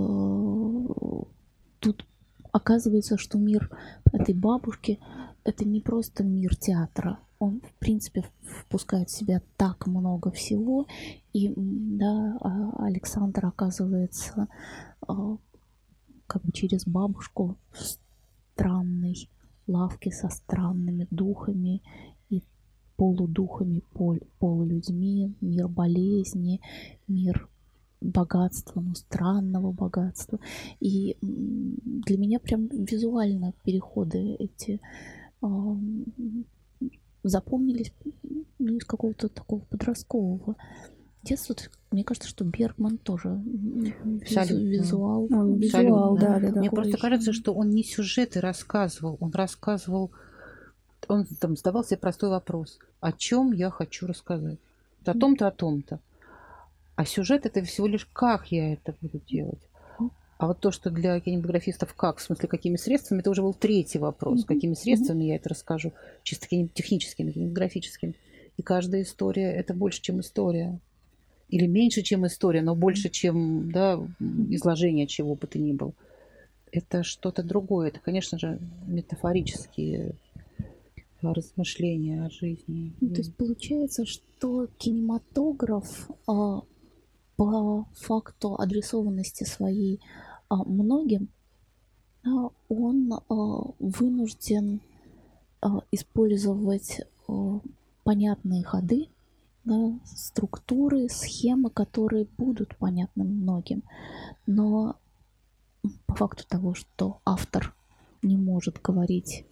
э, тут оказывается, что мир этой бабушки — это не просто мир театра. Он, в принципе, впускает в себя так много всего. И, да, Александр оказывается э, как бы через бабушку в странной лавке со странными духами и полудухами, пол, полулюдьми, мир болезни, мир богатства, ну, странного богатства. И для меня прям визуально переходы эти э, запомнились, ну, из какого-то такого подросткового детства. Мне кажется, что Бергман тоже визуал. Ну, визуал, да, да, да. Мне просто кажется, что он не сюжеты рассказывал, он рассказывал, он там задавал себе простой вопрос: о чем я хочу рассказать? О том-то, о том-то. А сюжет — это всего лишь как я это буду делать. А вот то, что для кинематографистов как, в смысле, какими средствами, это уже был третий вопрос. Какими средствами я это расскажу, чисто техническими, кинематографическими. И каждая история — это больше, чем история. Или меньше, чем история, но больше, чем, да, изложение чего бы то ни было. Это что-то другое. Это, конечно же, метафорические размышления о жизни. Ну, то есть получается, что кинематограф а, по факту адресованности своей а, многим, а, он а, вынужден а, использовать а, понятные ходы, да, структуры, схемы, которые будут понятны многим. Но по факту того, что автор не может говорить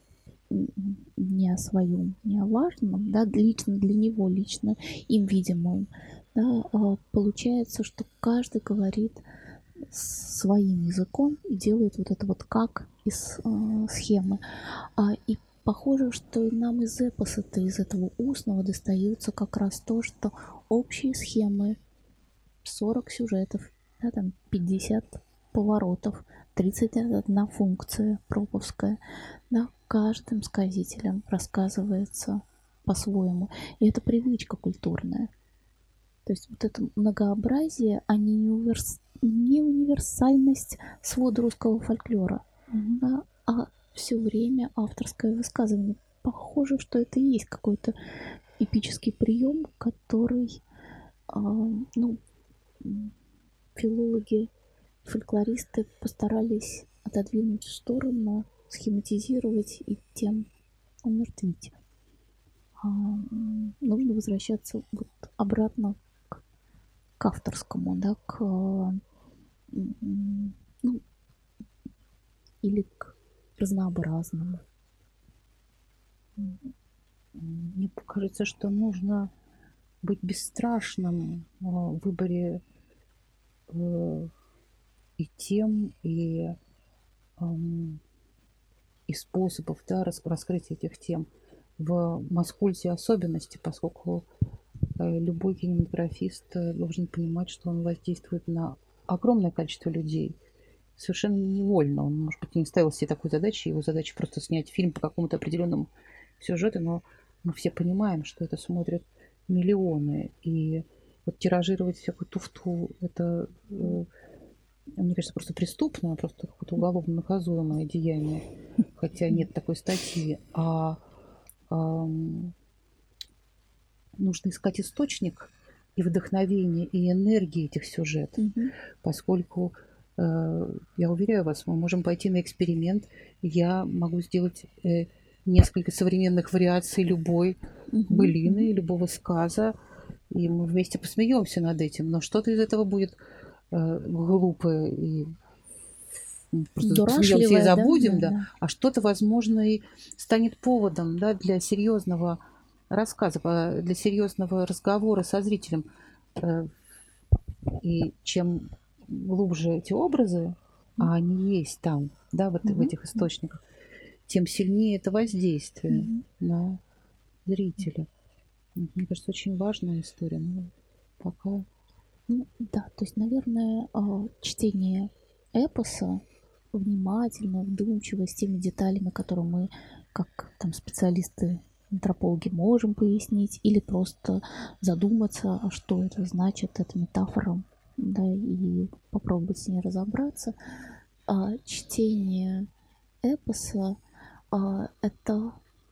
не о своем, не о важном, да, лично для него, лично им видимым, да, получается, что каждый говорит своим языком и делает вот это вот как из э, схемы. А, и похоже, что и нам из эпоса-то, из этого устного достается как раз то, что общие схемы, сорок сюжетов, да, там пятьдесят поворотов, тридцать одна функция проповская, да, каждым сказителем рассказывается по-своему. И это привычка культурная. То есть вот это многообразие, а не, универс... не универсальность свода русского фольклора, mm-hmm. да, а все время авторское высказывание. Похоже, что это и есть какой-то эпический прием, который э, ну, филологи, фольклористы постарались отодвинуть в сторону, схематизировать и тем умертвить. А, нужно возвращаться вот обратно к, к авторскому, да, к ну, или к разнообразному. Мне кажется, что нужно быть бесстрашным в выборе и тем, и, и способов, да, раскрытия этих тем. В Маскульте особенности, поскольку любой кинематографист должен понимать, что он воздействует на огромное количество людей. Совершенно невольно. Он, может быть, не ставил себе такой задачи. Его задача просто снять фильм по какому-то определенному сюжету, но мы все понимаем, что это смотрят миллионы. И вот тиражировать всякую туфту, это, мне кажется, просто преступно, просто какое-то уголовно наказуемое деяние. Хотя нет такой статьи. А, а нужно искать источник и вдохновение, и энергии этих сюжетов, mm-hmm. поскольку я уверяю вас, мы можем пойти на эксперимент. Я могу сделать э, несколько современных вариаций любой mm-hmm. былины, любого сказа, и мы вместе посмеемся над этим. Но что-то из этого будет э, глупое и просто посмеемся и забудем, да, да, да. А что-то, возможно, и станет поводом, да, для серьезного рассказа, для серьезного разговора со зрителем. И чем глубже эти образы, а они есть там, да, вот mm-hmm. в этих источниках, тем сильнее это воздействие mm-hmm. на зрителя. Мне кажется, очень важная история, но пока... Ну, да, то есть, наверное, чтение эпоса внимательно, вдумчиво, с теми деталями, которые мы, как там специалисты, антропологи, можем пояснить, или просто задуматься, а что это значит, это метафора, да, и попробовать с ней разобраться. А, чтение эпоса а, – это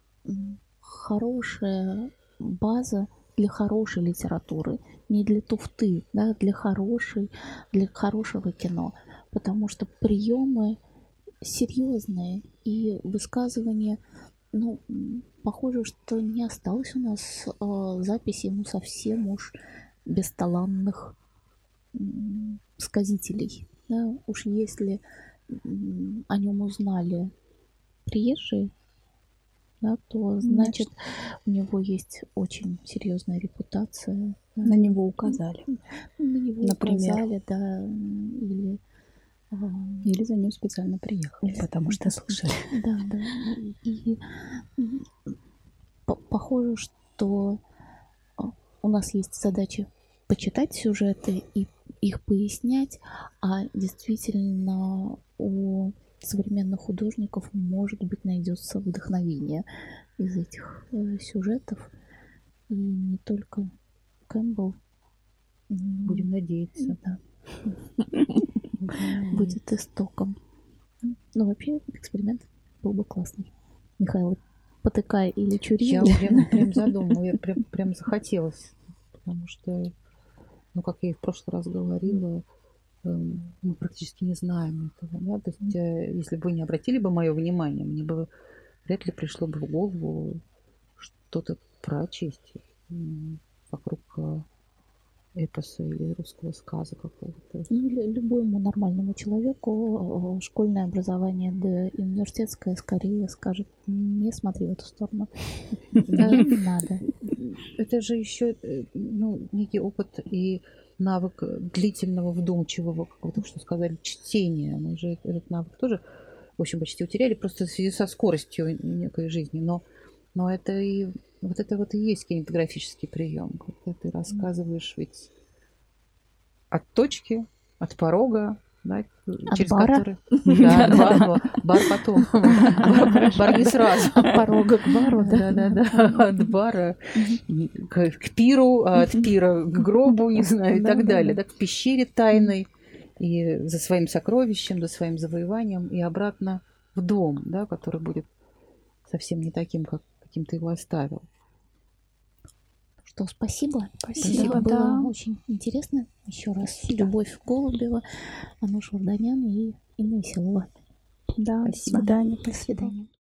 хорошая база для хорошей литературы, не для туфты, да, для хорошей, для хорошего кино, потому что приемы серьезные и высказывания, ну, похоже, что не осталось у нас э, записей, ну, совсем уж бесталанных э, сказителей. Да? Уж если э, о нем узнали приезжие, да, то, значит, значит, у него есть очень серьезная репутация. Да? На него указали. На него Например. указали, да, или... Или за ним специально приехали, Или... потому что слышали. Да, да. И, и похоже, что у нас есть задача почитать сюжеты и их пояснять, а действительно у современных художников, может быть, найдется вдохновение из этих э, сюжетов. И не только Кэмпбелл. Будем надеяться. Да. Будет истоком. Ну, вообще, эксперимент был бы классный. Михаил, потыкай или чури. Я прям, прям задумала, я прям, прям захотелось. Потому что, ну, как я и в прошлый раз говорила, мы практически не знаем этого. Да? То есть, если бы вы не обратили бы мое внимание, мне бы вряд ли пришло бы в голову что-то прочесть вокруг эпоса или русского сказа какого-то. Ну, любому нормальному человеку школьное образование, да и университетское скорее скажет: не смотри в эту сторону. Не надо. Это же еще, ну, некий опыт и навык длительного, вдумчивого, как вы только что сказали, чтения. Мы же этот навык тоже, в общем, почти утеряли, просто в связи со скоростью некой жизни. Но, но это и вот это вот и есть кинематографический прием, когда ты рассказываешь ведь от точки, от порога, да, от через бара. который... Да, бар, бар потом. Бар не сразу. От порога к бару, да? Да-да-да. От бара к пиру, от пира к гробу, не знаю, и так далее. Да, к пещере тайной, и за своим сокровищем, за своим завоеванием, и обратно в дом, да, который будет совсем не таким, как каким ты его оставил. Что, спасибо. Спасибо, Было да. очень интересно. Еще раз Спасибо. Любовь Голубева, Ануша Варданян и Инна Веселова. Да, до Спасибо. свидания. До свидания.